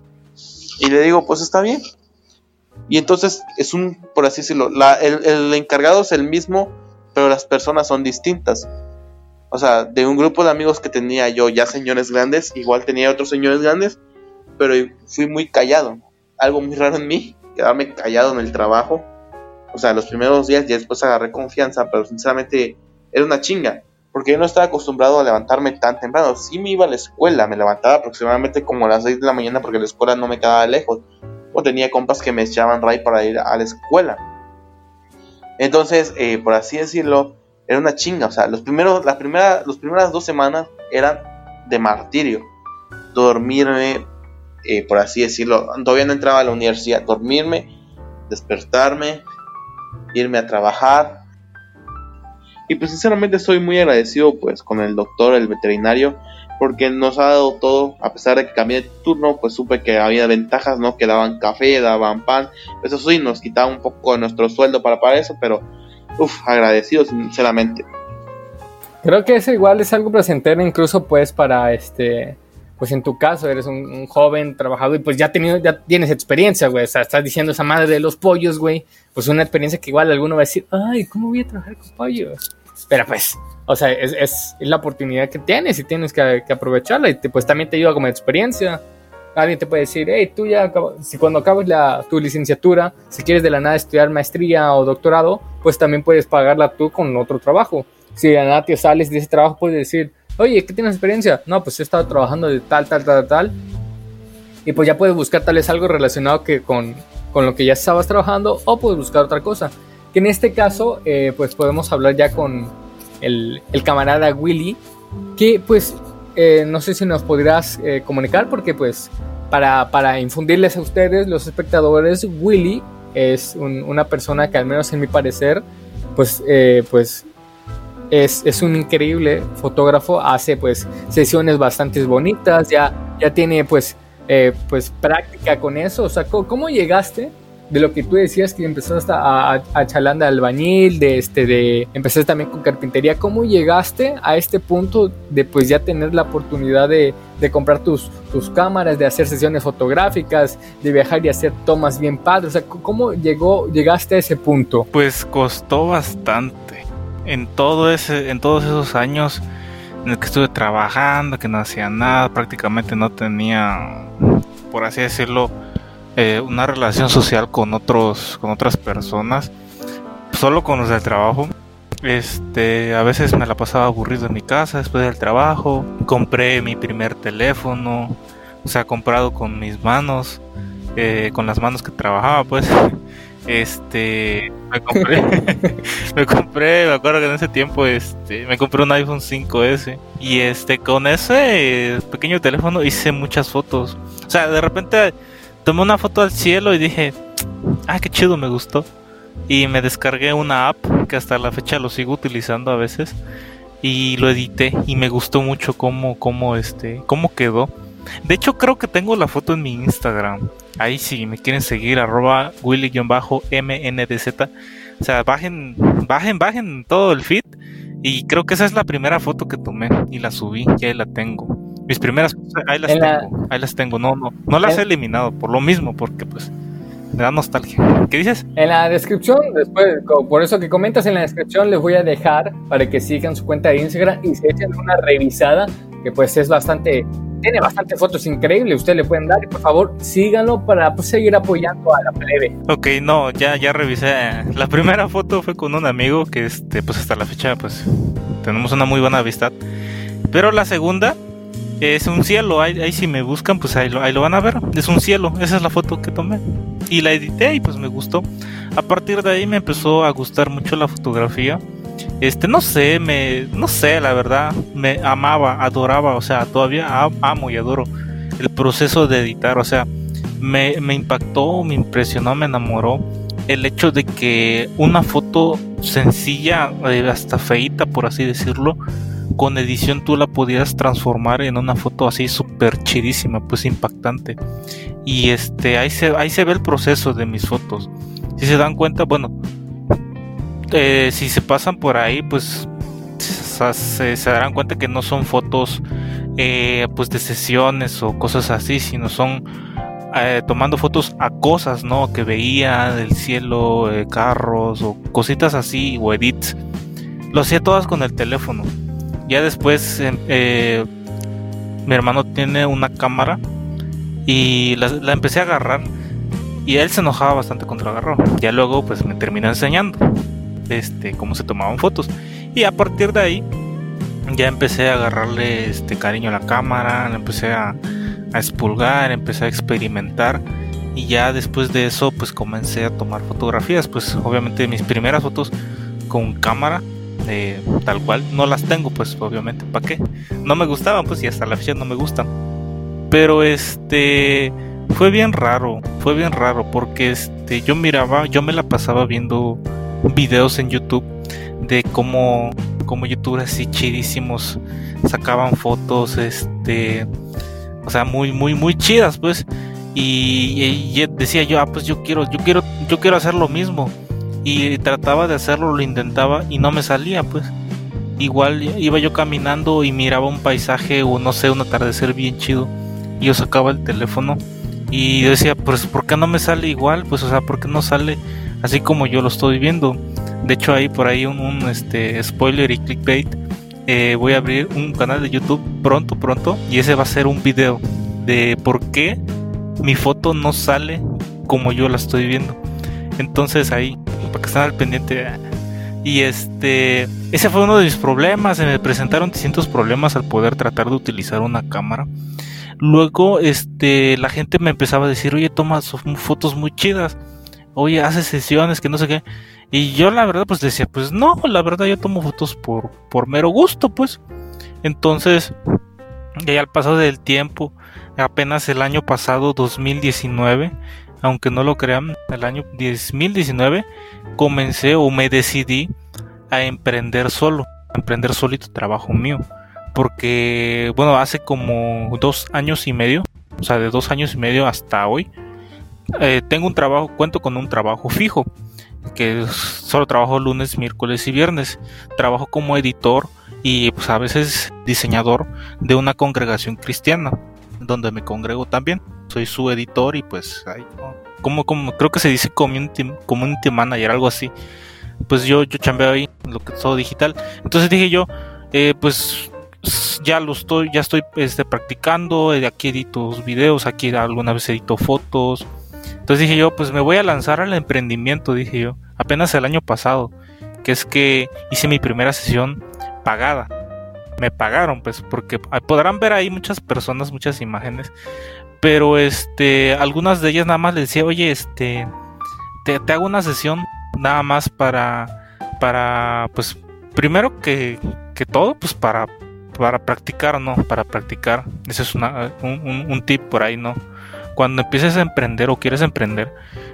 Y le digo, pues está bien. Y entonces es un, por así decirlo, la, el, el encargado es el mismo, pero las personas son distintas. O sea, de un grupo de amigos que tenía yo, ya señores grandes, igual tenía otros señores grandes, pero fui muy callado. Algo muy raro en mí, quedarme callado en el trabajo. O sea, los primeros días ya después agarré confianza, pero sinceramente era una chinga. Porque yo no estaba acostumbrado a levantarme tan temprano. Sí me iba a la escuela, me levantaba aproximadamente como a las seis de la mañana porque la escuela no me quedaba lejos. O tenía compas que me echaban ray para ir a la escuela. Entonces, eh, por así decirlo, era una chinga. O sea, los primeros, las primeras, las primeras dos semanas eran de martirio. Dormirme, eh, por así decirlo, todavía no entraba a la universidad. Dormirme, despertarme, irme a trabajar. Y pues sinceramente estoy muy agradecido pues con el doctor, el veterinario, porque nos ha dado todo. A pesar de que cambié de turno, pues supe que había ventajas, ¿no? Que daban café, daban pan. Eso sí, nos quitaba un poco de nuestro sueldo para, para eso, pero uff, agradecido sinceramente. Creo que eso igual es algo placentero, incluso pues para este, pues en tu caso eres un, un joven trabajador y pues ya, tenido, ya tienes experiencia, güey. O sea, estás diciendo esa madre de los pollos, güey. Pues una experiencia que igual alguno va a decir, ay, ¿cómo voy a trabajar con pollos? Pero pues, o sea, es, es, es la oportunidad que tienes y tienes que, que aprovecharla y te, pues también te ayuda como experiencia. Alguien te puede decir, hey, tú ya, si cuando acabes la, tu licenciatura, si quieres de la nada estudiar maestría o doctorado, pues también puedes pagarla tú con otro trabajo. Si de la nada te sales de ese trabajo, puedes decir, oye, ¿qué tienes experiencia? No, pues he estado trabajando de tal, tal, tal, tal. Y pues ya puedes buscar tal vez algo relacionado que con, con lo que ya estabas trabajando o puedes buscar otra cosa. Que en este caso, eh, pues podemos hablar ya con el, el camarada Willy, que pues eh, no sé si nos podrás eh, comunicar, porque pues para, para infundirles a ustedes, los espectadores, Willy es un, una persona que al menos en mi parecer, pues, eh, pues es, es un increíble fotógrafo, hace pues sesiones bastante bonitas, ya, ya tiene pues, eh, pues práctica con eso. O sea, ¿cómo, cómo llegaste? De lo que tú decías que empezaste a, a, a chalán de albañil, de este, de empezaste también con carpintería. ¿Cómo llegaste a este punto de pues ya tener la oportunidad de, de comprar tus, tus cámaras, de hacer sesiones fotográficas, de viajar y hacer tomas bien padres? O sea, ¿cómo llegó, llegaste a ese punto? Pues costó bastante. En todo ese, en todos esos años en el que estuve trabajando, que no hacía nada, prácticamente no tenía, por así decirlo, eh, una relación social con otros, con otras personas, solo con los del trabajo. Este, a veces me la pasaba aburrido en mi casa después del trabajo. Compré mi primer teléfono, o sea, comprado con mis manos, eh, con las manos que trabajaba, pues. Este, me compré, me compré, me acuerdo que en ese tiempo, este, me compré un iPhone cinco ese y este, con ese eh, pequeño teléfono hice muchas fotos. O sea, de repente tomé una foto al cielo y dije, ah, qué chido, me gustó. Y me descargué una app que hasta la fecha lo sigo utilizando a veces y lo edité y me gustó mucho cómo, cómo, este, cómo quedó. De hecho, creo que tengo la foto en mi Instagram. Ahí si me quieren seguir, arroba Willy-M N D Z. O sea, bajen, bajen, bajen todo el feed. Y creo que esa es la primera foto que tomé y la subí, y ahí la tengo. Mis primeras fotos, ahí las En la- tengo, ahí las tengo. No, no, no las en- he eliminado por lo mismo, porque pues me da nostalgia. ¿Qué dices? En la descripción, después, co- por eso que comentas en la descripción, les voy a dejar para que sigan su cuenta de Instagram y se echen una revisada, que pues es bastante, tiene bastante fotos increíbles, ustedes le pueden dar y por favor síganlo para pues, seguir apoyando a la plebe. Ok, no, ya, ya revisé. La primera foto fue con un amigo que este, pues hasta la fecha pues tenemos una muy buena amistad. Pero la segunda es un cielo, ahí, ahí si me buscan pues ahí lo, ahí lo van a ver. Es un cielo, esa es la foto que tomé. Y la edité y pues me gustó. A partir de ahí me empezó a gustar mucho la fotografía. Este, no sé, me, no sé, la verdad, me amaba, adoraba, o sea, todavía am- amo y adoro el proceso de editar, o sea, me, me impactó, me impresionó, me enamoró el hecho de que una foto sencilla, eh, hasta feíta, por así decirlo, con edición tú la podías transformar en una foto así súper chidísima, pues impactante. Y este, ahí se, ahí se ve el proceso de mis fotos. Si se dan cuenta, bueno, eh, si se pasan por ahí, pues se, se, se darán cuenta que no son fotos eh, pues de sesiones o cosas así, sino son eh, tomando fotos a cosas, ¿no? Que veía del cielo, eh, carros o cositas así, o edits. Lo hacía todas con el teléfono. Ya después eh, eh, mi hermano tiene una cámara y la, la empecé a agarrar y él se enojaba bastante cuando la agarró. Ya luego pues me terminó enseñando este cómo se tomaban fotos y a partir de ahí ya empecé a agarrarle este cariño a la cámara, la empecé a, a expulgar, empecé a experimentar y ya después de eso pues comencé a tomar fotografías. Pues obviamente mis primeras fotos con cámara eh, tal cual no las tengo, pues obviamente ¿para qué? No me gustaban, pues, y hasta la fecha no me gustan. Pero este fue bien raro, fue bien raro porque este yo miraba, yo me la pasaba viendo videos en YouTube de cómo, cómo youtubers así chidísimos sacaban fotos, este, o sea, muy, muy, muy chidas, pues, y, y decía yo, ah, pues yo quiero, yo quiero, yo quiero hacer lo mismo, y trataba de hacerlo, lo intentaba y no me salía, pues. Igual iba yo caminando y miraba un paisaje o no sé, un atardecer bien chido y yo sacaba el teléfono y decía, pues, ¿por qué no me sale igual? Pues, o sea, ¿por qué no sale así como yo lo estoy viendo? De hecho, hay por ahí un, un este spoiler y clickbait. Eh, voy a abrir un canal de YouTube pronto, pronto, y ese va a ser un video de por qué mi foto no sale como yo la estoy viendo. Entonces ahí, para que estén al pendiente. Y este, ese fue uno de mis problemas. Se me presentaron distintos problemas al poder tratar de utilizar una cámara. Luego, este, la gente me empezaba a decir, oye, tomas fotos muy chidas, oye, haces sesiones, que no sé qué. Y yo la verdad pues decía, pues no, la verdad yo tomo fotos por, por mero gusto, pues. Entonces, ya al paso del tiempo, apenas el año pasado, dos mil diecinueve, aunque no lo crean, el año dos mil diecinueve, comencé o me decidí a emprender solo, a emprender solito trabajo mío. Porque, bueno, hace como dos años y medio, o sea, de dos años y medio hasta hoy, eh, tengo un trabajo, cuento con un trabajo fijo, que solo trabajo lunes, miércoles y viernes. Trabajo como editor y pues a veces diseñador de una congregación cristiana, donde me congrego también. Soy su editor y pues, ay, como, como creo que se dice community, community manager, algo así. Pues yo, yo chambeo ahí, lo que es todo digital. Entonces dije yo, eh, pues pues, ya lo estoy, ya estoy este, practicando, aquí edito videos, aquí alguna vez edito fotos. Entonces dije yo, pues me voy a lanzar al emprendimiento, dije yo, apenas el año pasado, que es que hice mi primera sesión pagada. Me pagaron, pues, porque podrán ver ahí muchas personas, muchas imágenes, pero este, algunas de ellas nada más les decía, oye, este, te, te hago una sesión nada más para, para, pues, primero que, que todo, pues, para, para practicar, ¿no? Para practicar. Ese es una, un, un, un tip por ahí, ¿no? Cuando empieces a emprender o quieres emprender,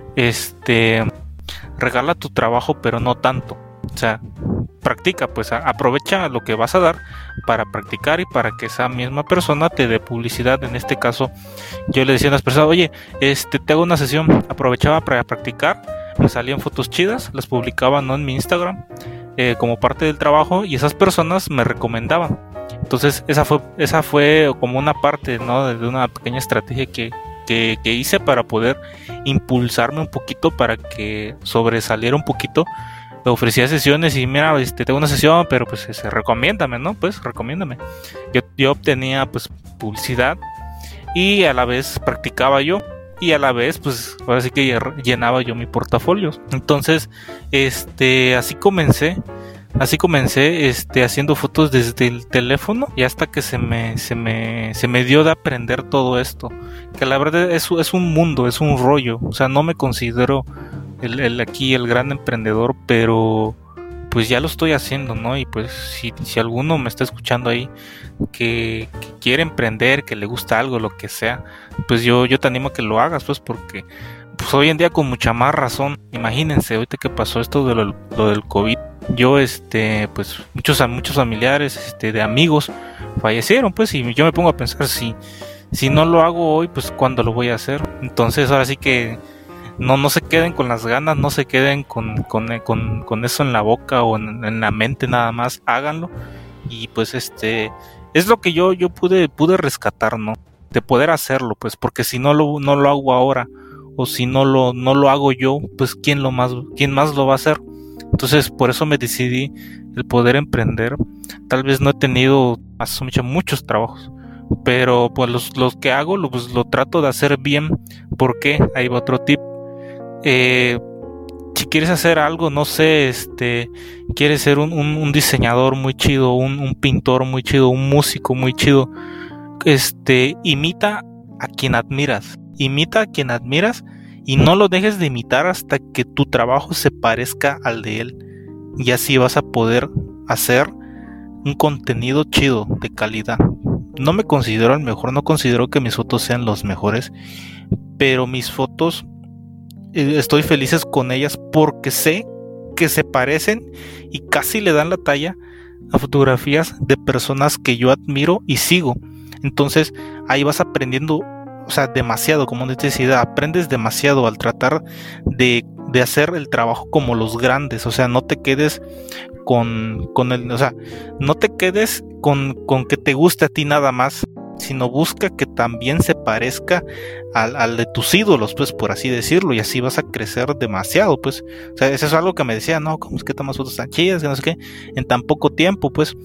este, regala tu trabajo, pero no tanto. O sea, practica, pues a, aprovecha lo que vas a dar para practicar y para que esa misma persona te dé publicidad. En este caso, yo le decía a las personas, oye, este, te hago una sesión, aprovechaba para practicar, me salían fotos chidas, las publicaba, ¿no?, en mi Instagram, eh, como parte del trabajo, y esas personas me recomendaban. Entonces, esa fue, esa fue como una parte, ¿no?, de una pequeña estrategia que Que, que hice para poder impulsarme un poquito, para que sobresaliera un poquito. Le ofrecía sesiones y mira, este, tengo una sesión, pero pues ese, recomiéndame, ¿no? Pues recomiéndame. Yo, yo obtenía pues publicidad y a la vez practicaba yo y a la vez pues ahora sí que llenaba yo mi portafolio. Entonces, este, así comencé. Así comencé este, haciendo fotos desde el teléfono y hasta que se me, se me, se me dio de aprender todo esto. Que la verdad es, es un mundo, es un rollo. O sea, no me considero el, el aquí el gran emprendedor, pero pues ya lo estoy haciendo, ¿no? Y pues si, si alguno me está escuchando ahí que, que quiere emprender, que le gusta algo, lo que sea, pues yo, yo te animo a que lo hagas, pues porque pues hoy en día con mucha más razón. Imagínense, ahorita que pasó esto de lo, lo del COVID. Yo, este, pues, muchos muchos familiares, este, de amigos fallecieron, pues, y yo me pongo a pensar, si, si no lo hago hoy, pues, ¿cuándo lo voy a hacer? Entonces, ahora sí que no, no se queden con las ganas, no se queden con, con, con, con eso en la boca o en, en la mente nada más, háganlo. Y pues, este, es lo que yo, yo pude, pude rescatar, ¿no? De poder hacerlo, pues, porque si no lo, no lo hago ahora, o si no lo, no lo hago yo, pues, ¿quién lo más, quién más lo va a hacer? Entonces por eso me decidí el poder emprender. Tal vez no he tenido muchos, muchos trabajos, pero pues los, los que hago lo, pues, lo trato de hacer bien. Porque ahí va otro tip. Eh, si quieres hacer algo, no sé, este, quieres ser un, un, un diseñador muy chido, un, un pintor muy chido, un músico muy chido, este, imita a quien admiras, imita a quien admiras. Y no lo dejes de imitar hasta que tu trabajo se parezca al de él. Y así vas a poder hacer un contenido chido, de calidad. No me considero el mejor, no considero que mis fotos sean los mejores. Pero mis fotos, eh, estoy felices con ellas porque sé que se parecen y casi le dan la talla a fotografías de personas que yo admiro y sigo. Entonces ahí vas aprendiendo, o sea, demasiado, como te decía, aprendes demasiado al tratar de, de hacer el trabajo como los grandes. O sea, no te quedes con, con el, o sea, no te quedes con, con que te guste a ti nada más, sino busca que también se parezca al, al de tus ídolos, pues, por así decirlo, y así vas a crecer demasiado, pues. O sea, eso es algo que me decía, no, ¿cómo es que tomas fotos tan chidas, que no sé qué, en tan poco tiempo? Pues,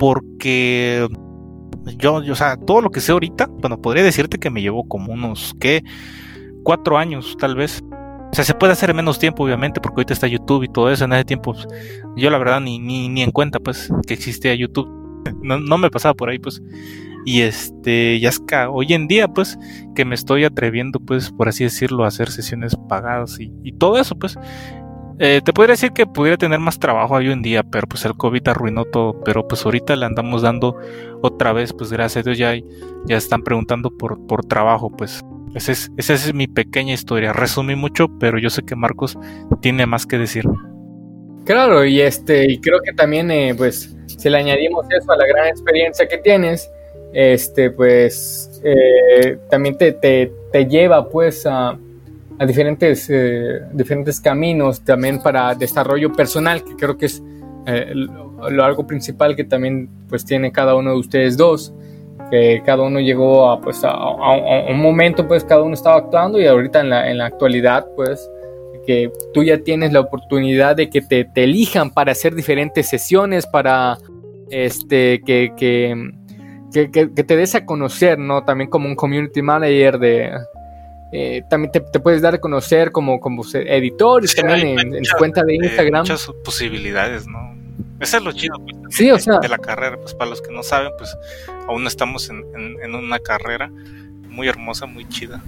porque Yo, yo, o sea, todo lo que sé ahorita, bueno, podría decirte que me llevo como unos, ¿qué? Cuatro años, tal vez. O sea, se puede hacer en menos tiempo, obviamente, porque ahorita está YouTube y todo eso. En ese tiempo, pues, yo la verdad ni, ni, ni en cuenta, pues, que existía YouTube. No, no me pasaba por ahí, pues. Y este, ya es que hoy en día, pues, que me estoy atreviendo, pues, por así decirlo, a hacer sesiones pagadas y, y todo eso, pues. Eh, te podría decir que pudiera tener más trabajo hoy en día, pero pues el COVID arruinó todo. Pero pues ahorita le andamos dando otra vez, pues gracias a Dios ya, ya están preguntando por, por trabajo, pues. Esa es, esa es mi pequeña historia. Resumí mucho, pero yo sé que Marcos tiene más que decir. Claro, y este, y creo que también, eh, pues, si le añadimos eso a la gran experiencia que tienes, este, pues, eh, también te, te, te lleva, pues, a a diferentes, eh, diferentes caminos también para desarrollo personal, que creo que es eh, lo, lo algo principal que también pues tiene cada uno de ustedes dos, que cada uno llegó a, pues, a, a, a un momento, pues cada uno estaba actuando, y ahorita en la, en la actualidad, pues que tú ya tienes la oportunidad de que te, te elijan para hacer diferentes sesiones, para este, que, que que, que, que te des a conocer, ¿no? También como un community manager de... Eh, también te, te puedes dar a conocer como, como editor, sí, también en, en tu cuenta de Instagram. Eh, muchas posibilidades, ¿no? Eso es lo chido, pues, sí, o sea, de la carrera. Pues para los que no saben, pues aún estamos en, en, en una carrera muy hermosa, muy chida.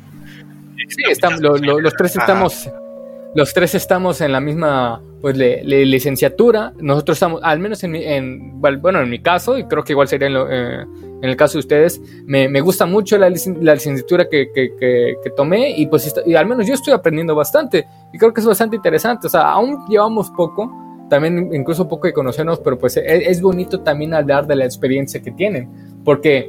Sí, estamos, lo, lo, los tres estamos... Ajá. Los tres estamos en la misma pues le, le, licenciatura. Nosotros estamos, al menos en, en bueno, en mi caso, y creo que igual sería en, lo, eh, en el caso de ustedes, me, me gusta mucho la, la licenciatura que, que, que, que tomé y pues está, y al menos yo estoy aprendiendo bastante y creo que es bastante interesante. O sea, aún llevamos poco, también incluso poco de conocernos, pero pues es, es bonito también hablar de la experiencia que tienen, porque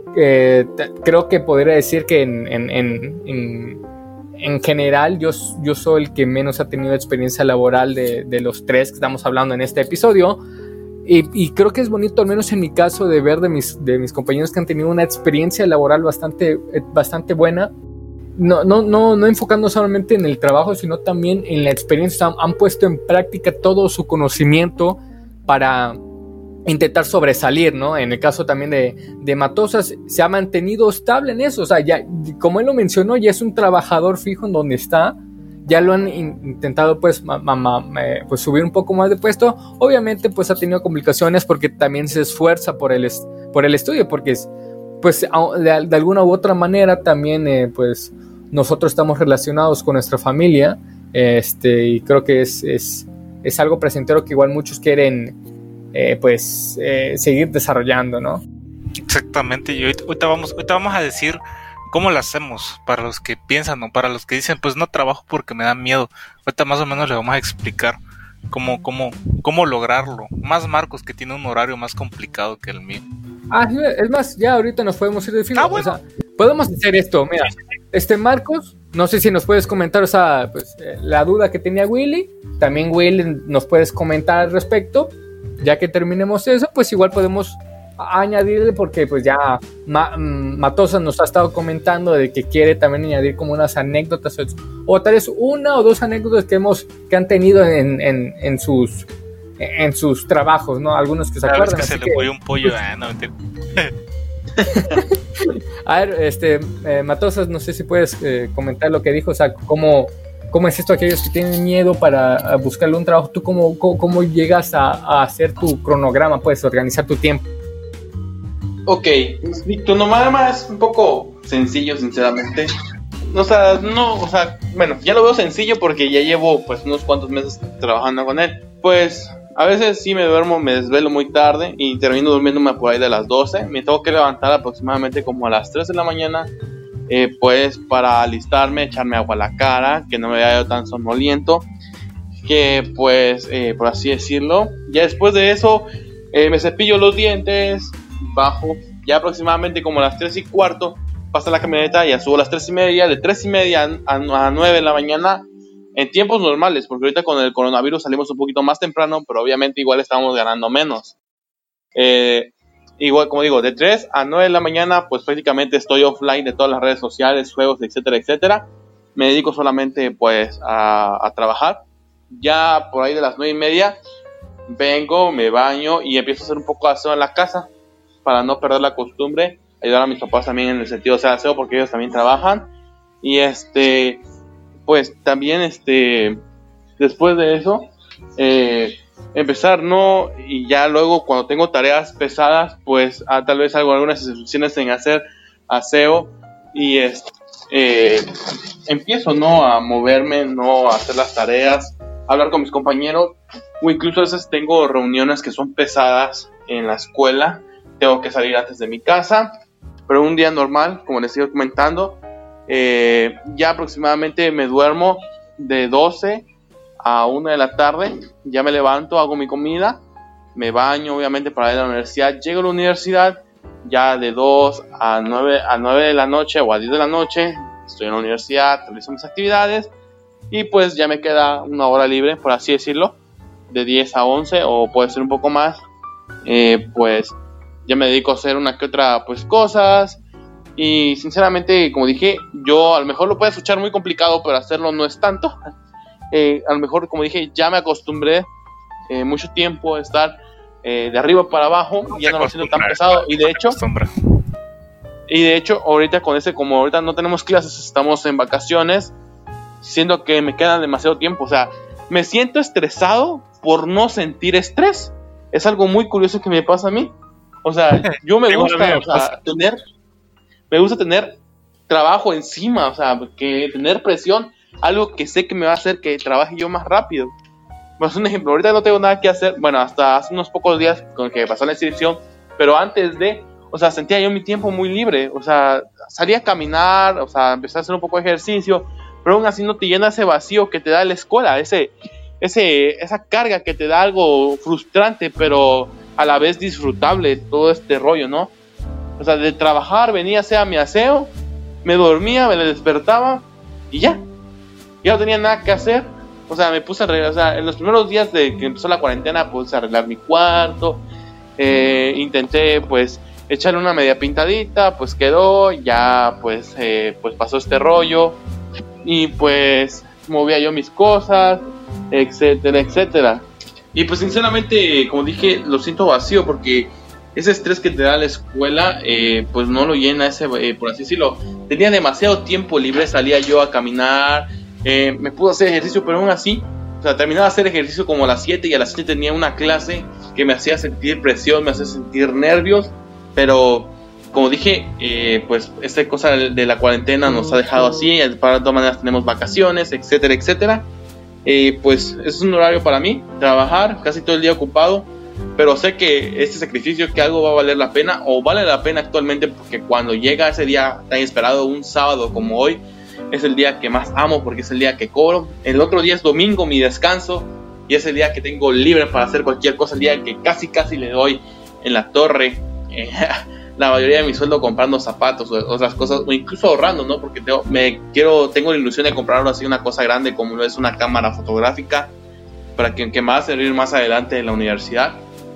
eh, t- creo que podría decir que en, en, en, en En general, yo, yo soy el que menos ha tenido experiencia laboral de, de los tres que estamos hablando en este episodio. Y, y creo que es bonito, al menos en mi caso, de ver de mis, de mis compañeros que han tenido una experiencia laboral bastante, bastante buena. No, no, no, no enfocando solamente en el trabajo, sino también en la experiencia. Han, han puesto en práctica todo su conocimiento para intentar sobresalir, ¿no? En el caso también de, de Matosas, se ha mantenido estable en eso, o sea, ya, como él lo mencionó, ya es un trabajador fijo en donde está, ya lo han in, intentado pues, ma, ma, ma, pues subir un poco más de puesto, obviamente pues ha tenido complicaciones porque también se esfuerza por el, por el estudio, porque es, pues de, de alguna u otra manera también eh, pues nosotros estamos relacionados con nuestra familia, este, y creo que es, es, es algo presentero que igual muchos quieren Eh, pues eh, seguir desarrollando, ¿no? Exactamente, y ahorita, ahorita, vamos, ahorita vamos a decir cómo lo hacemos, para los que piensan o para los que dicen, pues no trabajo porque me da miedo. Ahorita más o menos le vamos a explicar cómo, cómo, cómo lograrlo. Más Marcos, que tiene un horario más complicado que el mío. Ah, es más, ya ahorita nos podemos ir de filo. Ah, bueno. O sea, podemos hacer esto, mira, este Marcos, no sé si nos puedes comentar, o sea, pues eh, la duda que tenía Willy, también Willy nos puedes comentar al respecto. Ya que terminemos eso, pues igual podemos añadirle, porque pues ya Ma- Matosa nos ha estado comentando de que quiere también añadir como unas anécdotas, o tal vez una o dos anécdotas que hemos que han tenido en, en, en sus en sus trabajos, ¿no? Algunos que se Cada acuerdan. Vez que se le fue un pollo, ah, no, mentira. A ver, este eh, Matosas, no sé si puedes eh, comentar lo que dijo, o sea, cómo ¿Cómo es esto aquellos que tienen miedo para buscarle un trabajo? ¿Tú cómo, cómo, cómo llegas a, a hacer tu cronograma, puedes organizar tu tiempo? Ok, mi cronograma es un poco sencillo, sinceramente. O sea, no, o sea, bueno, ya lo veo sencillo porque ya llevo pues unos cuantos meses trabajando con él. Pues a veces sí me duermo, me desvelo muy tarde y termino durmiéndome por ahí de las doce. Me tengo que levantar aproximadamente como a las tres de la mañana. Eh, pues para alistarme, echarme agua a la cara, que no me vea yo tan somnoliento, que pues eh, por así decirlo, ya después de eso eh, me cepillo los dientes, bajo, ya aproximadamente como a las tres y cuarto, pasa la camioneta, ya subo a las tres y media, de tres y media a, a nueve de la mañana, en tiempos normales, porque ahorita con el coronavirus salimos un poquito más temprano, pero obviamente igual estamos ganando menos. eh, Igual, como digo, de tres a nueve de la mañana, pues prácticamente estoy offline de todas las redes sociales, juegos, etcétera, etcétera. Me dedico solamente, pues, a, a trabajar. Ya por ahí de las nueve y media, vengo, me baño y empiezo a hacer un poco de aseo en la casa para no perder la costumbre. Ayudar a mis papás también en el sentido de hacer aseo porque ellos también trabajan. Y este, pues también, este, después de eso, eh... empezar, ¿no? Y ya luego cuando tengo tareas pesadas, pues ah, tal vez hago algunas excepciones en hacer aseo y es, eh, empiezo, ¿no? A moverme, ¿no? A hacer las tareas, a hablar con mis compañeros, o incluso a veces tengo reuniones que son pesadas en la escuela, tengo que salir antes de mi casa, pero un día normal, como les sigo comentando, eh, ya aproximadamente me duermo de doce a una de la tarde, ya me levanto, hago mi comida, me baño obviamente para ir a la universidad, llego a la universidad ya de dos a nueve, a nueve de la noche o a diez de la noche, estoy en la universidad, realizo mis actividades y pues ya me queda una hora libre, por así decirlo, de diez a once o puede ser un poco más, eh, pues ya me dedico a hacer una que otra pues cosas y sinceramente, como dije, yo a lo mejor lo puedo escuchar muy complicado, pero hacerlo no es tanto. Eh, a lo mejor, como dije, ya me acostumbré eh, mucho tiempo a estar eh, de arriba para abajo, ya no lo siento tan pesado, y de hecho, y de hecho, ahorita con ese, como ahorita no tenemos clases, estamos en vacaciones, siento que me queda demasiado tiempo, o sea, me siento estresado por no sentir estrés, es algo muy curioso que me pasa a mí, o sea, yo me gusta, o sea, tener, me gusta tener trabajo encima, o sea, que tener presión, algo que sé que me va a hacer que trabaje yo más rápido. Pues un ejemplo, ahorita no tengo nada que hacer, bueno, hasta hace unos pocos días con que pasó la inscripción, pero antes de, o sea, sentía yo mi tiempo muy libre, o sea, salía a caminar, o sea, empecé a hacer un poco de ejercicio, pero aún así no te llena ese vacío que te da la escuela, ese, ese, esa carga que te da algo frustrante, pero a la vez disfrutable, todo este rollo, ¿no? O sea, de trabajar, venía a hacer mi aseo, me dormía, me despertaba, y ya, ya no tenía nada que hacer. O sea, me puse a arreglar, o sea, en los primeros días de que empezó la cuarentena, puse a arreglar mi cuarto, eh, intenté, pues, echarle una media pintadita, pues quedó, ya, pues, eh, pues pasó este rollo, y pues, movía yo mis cosas, etcétera, etcétera. Y pues, sinceramente, como dije, lo siento vacío, porque ese estrés que te da la escuela, eh, pues no lo llena ese, eh, por así decirlo. Tenía demasiado tiempo libre, salía yo a caminar, Eh, me pude hacer ejercicio, pero aún así, o sea, terminaba de hacer ejercicio como a las siete, y a las siete tenía una clase que me hacía sentir presión, me hacía sentir nervios, pero como dije, eh, pues esta cosa de la cuarentena nos ha dejado así, para todas maneras tenemos vacaciones, etcétera, etcétera, eh, pues es un horario para mí, trabajar casi todo el día ocupado, pero sé que este sacrificio, que algo va a valer la pena, o vale la pena actualmente, porque cuando llega ese día tan esperado, un sábado como hoy, es el día que más amo, porque es el día que cobro. El otro día es domingo, mi descanso, y es el día que tengo libre para hacer cualquier cosa, el día que casi casi le doy en la torre, eh, la mayoría de mi sueldo comprando zapatos o otras cosas, o incluso ahorrando, ¿no? Porque tengo, me quiero, tengo la ilusión de comprar ahora sí una cosa grande como lo es una cámara fotográfica, para que, que me va a servir más adelante en la universidad.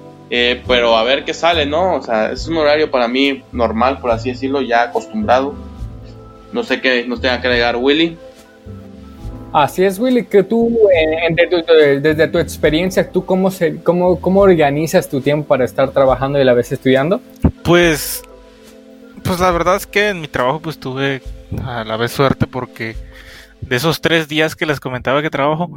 Eh, pero a ver qué sale, ¿no? O sea, es un horario para mí normal, por así decirlo, ya acostumbrado. No sé qué nos tenga que agregar Willy. Así es, Willy, que tú, eh, desde, desde tu experiencia, ¿tú cómo, se, cómo, cómo organizas tu tiempo para estar trabajando y a la vez estudiando? Pues, pues la verdad es que en mi trabajo pues tuve a la vez suerte, porque de esos tres días que les comentaba que trabajo,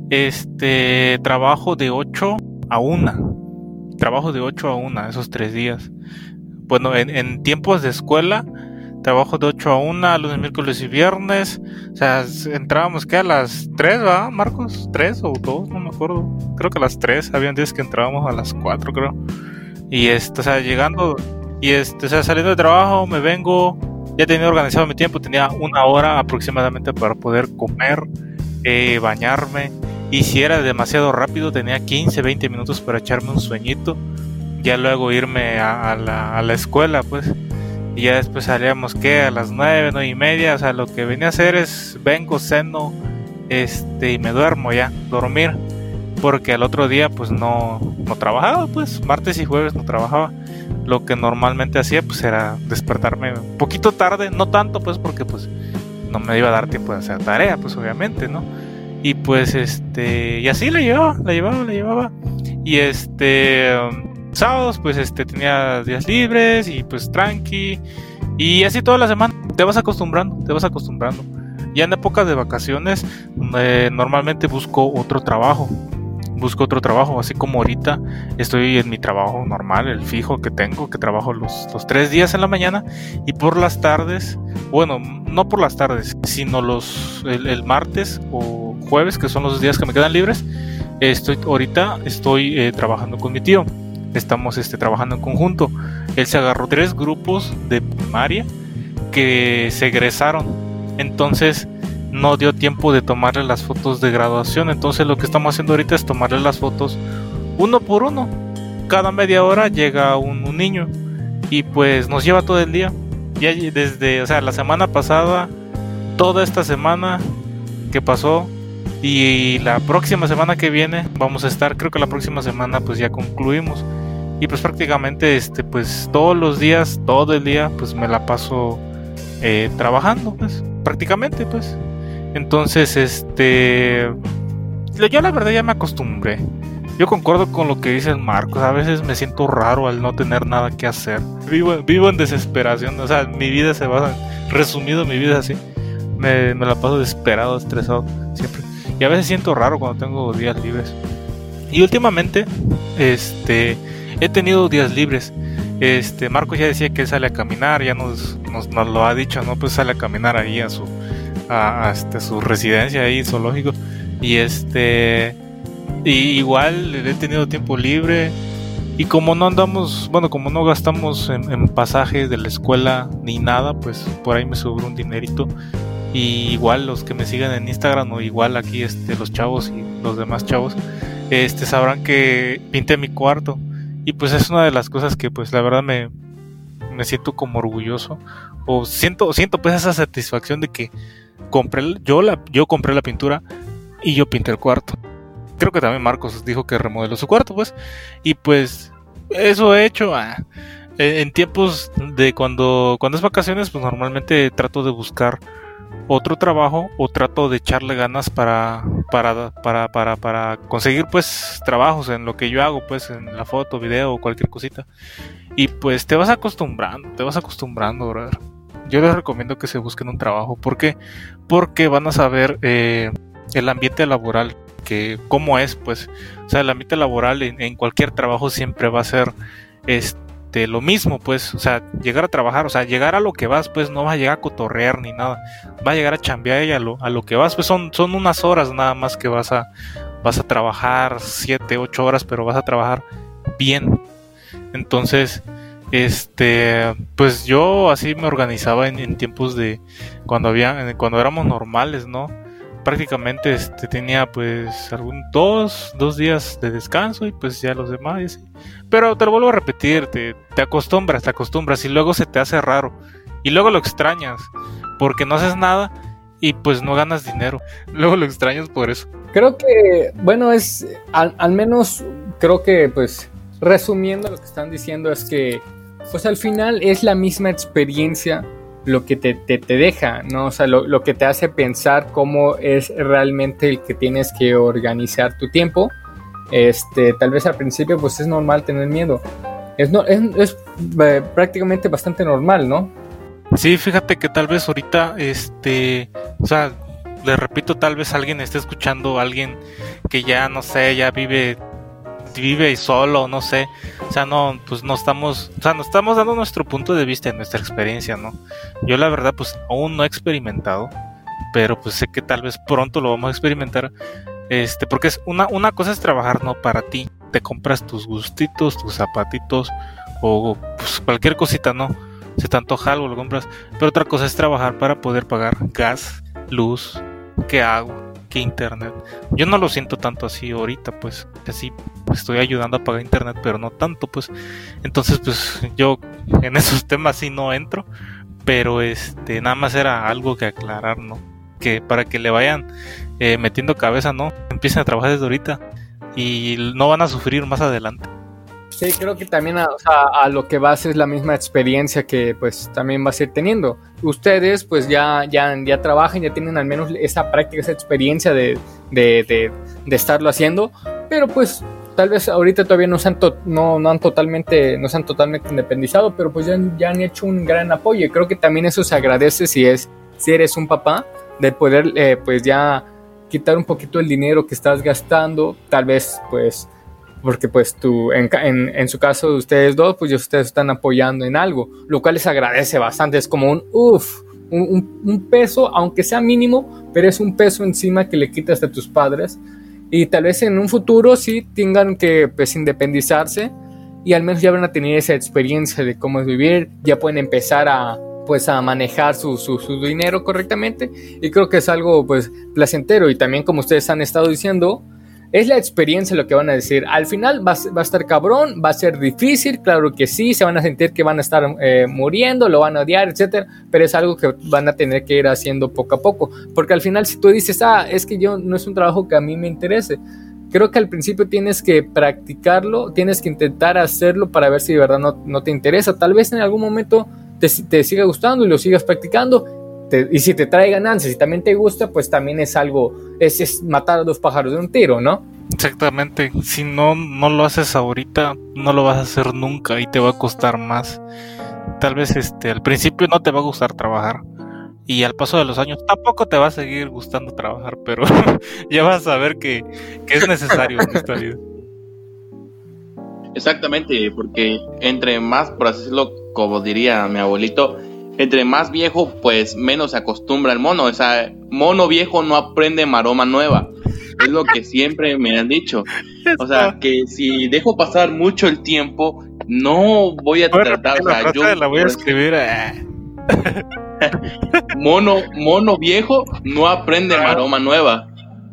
este, trabajo de ocho a una. Trabajo de ocho a una esos tres días. Bueno, en, en tiempos de escuela, trabajo de ocho a una, lunes, miércoles y viernes. O sea, entrábamos, ¿qué? A las tres, ¿va, Marcos? ¿tres o dos? No me acuerdo. Creo que a las tres. Habían días que entrábamos a las cuatro, creo. Y esto, o sea, llegando, y este, o sea, saliendo de trabajo, me vengo. Ya tenía organizado mi tiempo. Tenía una hora aproximadamente para poder comer, eh, bañarme. Y si era demasiado rápido, tenía quince, veinte minutos para echarme un sueñito. Ya luego irme a, a, la, a la escuela, pues. Y ya después salíamos, ¿qué? A las nueve, nueve y media. O sea, lo que venía a hacer es, vengo, ceno, este, y me duermo ya, dormir. Porque al otro día, pues, no, no trabajaba, pues, martes y jueves no trabajaba. Lo que normalmente hacía, pues, era despertarme un poquito tarde, no tanto, pues, porque, pues, no me iba a dar tiempo de hacer tarea, pues, obviamente, ¿no? Y, pues, este, y así la llevaba, la llevaba, la llevaba. Y, este... sábados pues este tenía días libres y pues tranqui, y así toda la semana. Te vas acostumbrando, te vas acostumbrando. Ya en épocas de vacaciones eh, normalmente busco otro trabajo, busco otro trabajo, así como ahorita estoy en mi trabajo normal, el fijo que tengo, que trabajo los, los tres días en la mañana, y por las tardes, bueno, no por las tardes, sino los el, el martes o jueves, que son los días que me quedan libres, estoy ahorita estoy eh, trabajando con mi tío. Estamos este, trabajando en conjunto. Él se agarró tres grupos de primaria que se egresaron. Entonces no dio tiempo de tomarle las fotos de graduación. Entonces lo que estamos haciendo ahorita es tomarle las fotos uno por uno. Cada media hora llega un, un niño. Y pues nos lleva todo el día. Ya desde, o sea, la semana pasada, toda esta semana que pasó, y la próxima semana que viene vamos a estar, creo que la próxima semana pues ya concluimos. Y pues prácticamente este pues todos los días, todo el día pues me la paso eh, trabajando, pues prácticamente, pues. Entonces este yo la verdad ya me acostumbré. yo concuerdo con lo que dice el Marcos. A veces me siento raro al no tener nada que hacer. Vivo, vivo en desesperación. O sea, mi vida se basa en... Resumido, mi vida es así. Me, me la paso desesperado, estresado, siempre. Y a veces siento raro cuando tengo días libres. Y últimamente, este... he tenido días libres. Este, Marcos ya decía que él sale a caminar. Ya nos, nos, nos lo ha dicho, ¿no? Pues sale a caminar ahí a su... A, a este, su residencia ahí, zoológico. Y este... Y igual he tenido tiempo libre. Y como no andamos, bueno, como no gastamos en, en pasajes de la escuela ni nada, pues por ahí me sobró un dinerito. Y igual los que me sigan en Instagram, o igual aquí este, los chavos y los demás chavos, este, sabrán que pinté mi cuarto. Y pues es una de las cosas que pues la verdad me, me siento como orgulloso. O siento, siento pues esa satisfacción de que compré, yo, la, yo compré la pintura y yo pinté el cuarto. Creo que también Marcos dijo que remodeló su cuarto, pues. Y pues eso he hecho. Ah, en tiempos de cuando, cuando es vacaciones, pues normalmente trato de buscar otro trabajo o trato de echarle ganas para, para, para, para, para conseguir pues trabajos en lo que yo hago, pues en la foto, video o cualquier cosita. Y pues te vas acostumbrando, te vas acostumbrando, brother. Yo les recomiendo que se busquen un trabajo. ¿Por qué? Porque van a saber eh, el ambiente laboral, que cómo es, pues, o sea, el ambiente laboral en, en cualquier trabajo siempre va a ser este lo mismo, pues, o sea, llegar a trabajar, o sea, llegar a lo que vas, pues, no vas a llegar a cotorrear ni nada, va a llegar a chambear y a lo, a lo que vas, pues, son, son unas horas nada más que vas a, vas a trabajar, siete, ocho horas, pero vas a trabajar bien. Entonces, este, pues yo así me organizaba en, en tiempos de cuando había, cuando éramos normales, ¿no? Prácticamente este, tenía pues algún dos, dos días de descanso y pues ya los demás y así. Pero te lo vuelvo a repetir, te, te acostumbras, te acostumbras y luego se te hace raro y luego lo extrañas porque no haces nada y pues no ganas dinero. Luego lo extrañas por eso. Creo que, bueno, es al, al menos creo que pues resumiendo lo que están diciendo es que pues al final es la misma experiencia lo que te, te, te deja, ¿no? O sea, lo, lo que te hace pensar cómo es realmente el que tienes que organizar tu tiempo. Este, tal vez al principio pues es normal tener miedo. Es, no, es, es eh, prácticamente bastante normal, ¿no? Sí, fíjate que tal vez ahorita, este, o sea, les repito, tal vez alguien esté escuchando, alguien que ya, no sé, ya vive... vive y solo, no sé, o sea, no, pues no estamos, o sea, nos estamos dando nuestro punto de vista, nuestra experiencia, ¿no? Yo la verdad, pues aún no he experimentado, pero pues sé que tal vez pronto lo vamos a experimentar, este, porque es una, una cosa es trabajar, ¿no? Para ti, te compras tus gustitos, tus zapatitos, o pues cualquier cosita, ¿no? Se te antoja algo, lo compras, pero otra cosa es trabajar para poder pagar gas, luz, ¿qué hago? Internet. Yo no lo siento tanto así ahorita, pues así estoy ayudando a pagar internet, pero no tanto, pues entonces pues yo en esos temas sí no entro, pero este nada más era algo que aclarar, ¿no? Que para que le vayan eh, metiendo cabeza, ¿no? Empiecen a trabajar desde ahorita y no van a sufrir más adelante. Sí, creo que también a, o sea, a lo que vas es la misma experiencia que pues también vas a ir teniendo. Ustedes pues ya, ya, ya trabajan, ya tienen al menos esa práctica, esa experiencia de, de, de, de estarlo haciendo, pero pues tal vez ahorita todavía no se han, to- no, no han totalmente, no se han totalmente independizado, pero pues ya, ya han hecho un gran apoyo y creo que también eso se agradece si, es, si eres un papá, de poder eh, pues ya quitar un poquito el dinero que estás gastando, tal vez pues... porque pues tú, en, en, en su caso de ustedes dos, pues ustedes están apoyando en algo, lo cual les agradece bastante, es como un uff, un, un, un peso, aunque sea mínimo, pero es un peso encima que le quitas a tus padres, y tal vez en un futuro sí tengan que pues independizarse, y al menos ya van a tener esa experiencia de cómo es vivir, ya pueden empezar a pues a manejar su, su, su dinero correctamente, y creo que es algo pues placentero, y también como ustedes han estado diciendo, es la experiencia lo que van a decir. Al final va, va a estar cabrón, va a ser difícil, claro que sí, se van a sentir que van a estar eh, muriendo, lo van a odiar, etcétera, pero es algo que van a tener que ir haciendo poco a poco, porque al final si tú dices, ah, es que yo no es un trabajo que a mí me interese, creo que al principio tienes que practicarlo, tienes que intentar hacerlo para ver si de verdad no, no te interesa, tal vez en algún momento te, te siga gustando y lo sigas practicando, te, y si te trae ganancias y también te gusta, pues también es algo, es, es matar a dos pájaros de un tiro, ¿no? Exactamente, si no, no lo haces ahorita, no lo vas a hacer nunca y te va a costar más. Tal vez este al principio no te va a gustar trabajar y al paso de los años tampoco te va a seguir gustando trabajar, pero ya vas a ver que, que es necesario en esta vida. Exactamente, porque entre más, por así decirlo, como diría mi abuelito, entre más viejo, pues menos se acostumbra el mono. O sea, mono viejo no aprende maroma nueva. Es lo que siempre me han dicho. O sea, que si dejo pasar mucho el tiempo, no voy a tratar. O sea, yo la voy a escribir. Eh. Mono, mono viejo no aprende maroma nueva.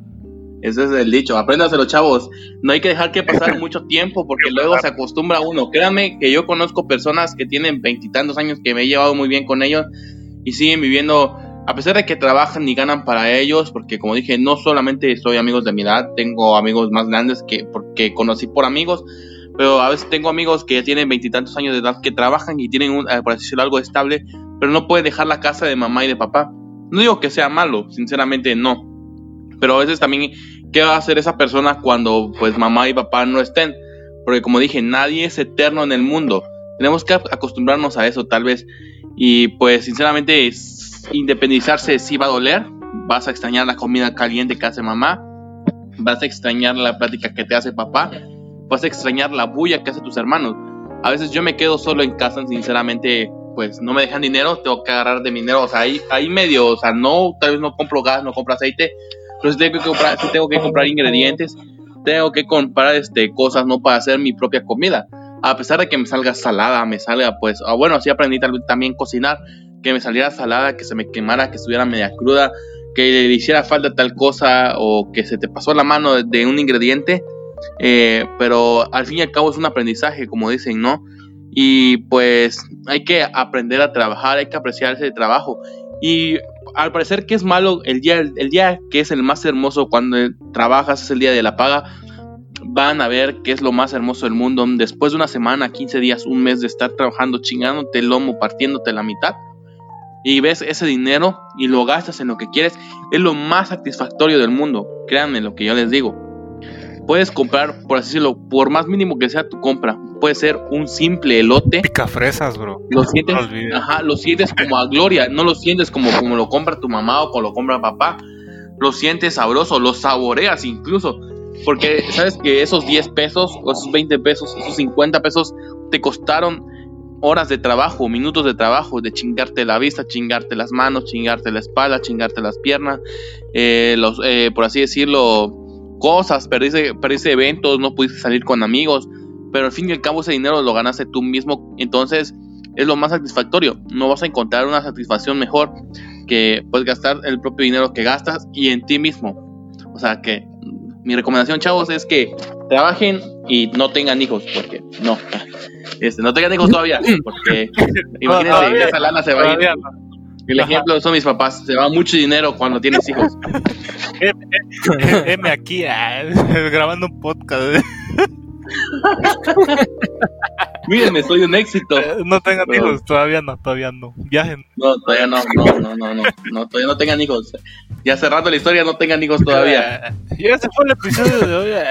Ese es el dicho, apréndaselo, chavos. No hay que dejar que pasar mucho tiempo porque luego se acostumbra uno. Créanme que yo conozco personas que tienen veintitantos años que me he llevado muy bien con ellos y siguen viviendo, a pesar de que trabajan y ganan para ellos, porque como dije, no solamente soy amigos de mi edad, tengo amigos más grandes que porque conocí por amigos, pero a veces tengo amigos que tienen veintitantos años de edad que trabajan y tienen, un, por así decirlo, algo estable, pero no pueden dejar la casa de mamá y de papá. No digo que sea malo, sinceramente no. Pero a veces también, ¿qué va a hacer esa persona cuando pues mamá y papá no estén? Porque como dije, nadie es eterno en el mundo. Tenemos que acostumbrarnos a eso tal vez. Y pues sinceramente, independizarse sí va a doler. Vas a extrañar la comida caliente que hace mamá. Vas a extrañar la plática que te hace papá. Vas a extrañar la bulla que hace tus hermanos. A veces yo me quedo solo en casa, sinceramente, pues no me dejan dinero, tengo que agarrar de mi dinero. O sea, ahí, ahí medio, o sea, no, tal vez no compro gas, no compro aceite, pero si tengo que comprar, si tengo que comprar ingredientes, tengo que comprar este, cosas, no para hacer mi propia comida. A pesar de que me salga salada, me salga pues, ah, bueno, así aprendí también cocinar, que me saliera salada, que se me quemara, que estuviera media cruda, que le hiciera falta tal cosa o que se te pasó la mano de, de un ingrediente, eh, pero al fin y al cabo es un aprendizaje, como dicen, ¿no? Y pues hay que aprender a trabajar, hay que apreciar ese trabajo. Y al parecer que es malo el día, el día que es el más hermoso cuando trabajas, es el día de la paga. Van a ver que es lo más hermoso del mundo. Después de una semana, quince días, un mes de estar trabajando, chingándote el lomo, partiéndote la mitad, y ves ese dinero y lo gastas en lo que quieres, es lo más satisfactorio del mundo. Créanme lo que yo les digo. Puedes comprar, por así decirlo, por más mínimo que sea tu compra, puede ser un simple elote. Pica fresas, bro. Lo sientes, no ajá, lo sientes como a gloria, no lo sientes como, como lo compra tu mamá o como lo compra papá. Lo sientes sabroso, lo saboreas incluso. Porque sabes que esos diez pesos, o esos veinte pesos, esos cincuenta pesos te costaron horas de trabajo, minutos de trabajo, de chingarte la vista, chingarte las manos, chingarte la espalda, chingarte las piernas, eh, los, eh, por así decirlo, cosas, perdiste, perdiste eventos, no pudiste salir con amigos, pero al fin y al cabo ese dinero lo ganaste tú mismo, entonces es lo más satisfactorio. No vas a encontrar una satisfacción mejor que pues gastar el propio dinero que gastas y en ti mismo. O sea que mi recomendación, chavos, es que trabajen y no tengan hijos, porque no, este, no tengan hijos todavía, porque imagínense, no, esa lana se va a ir. El ejemplo son mis papás, se va mucho dinero cuando tienes hijos. M aquí, ah, grabando un podcast. Mírenme, soy un éxito. No tengan no. hijos, todavía no, todavía no. Viajen. No, todavía no, no, no, no, no, no, todavía no tengan hijos. Ya cerrando la historia, no tengan hijos todavía. Y ese fue el episodio de hoy.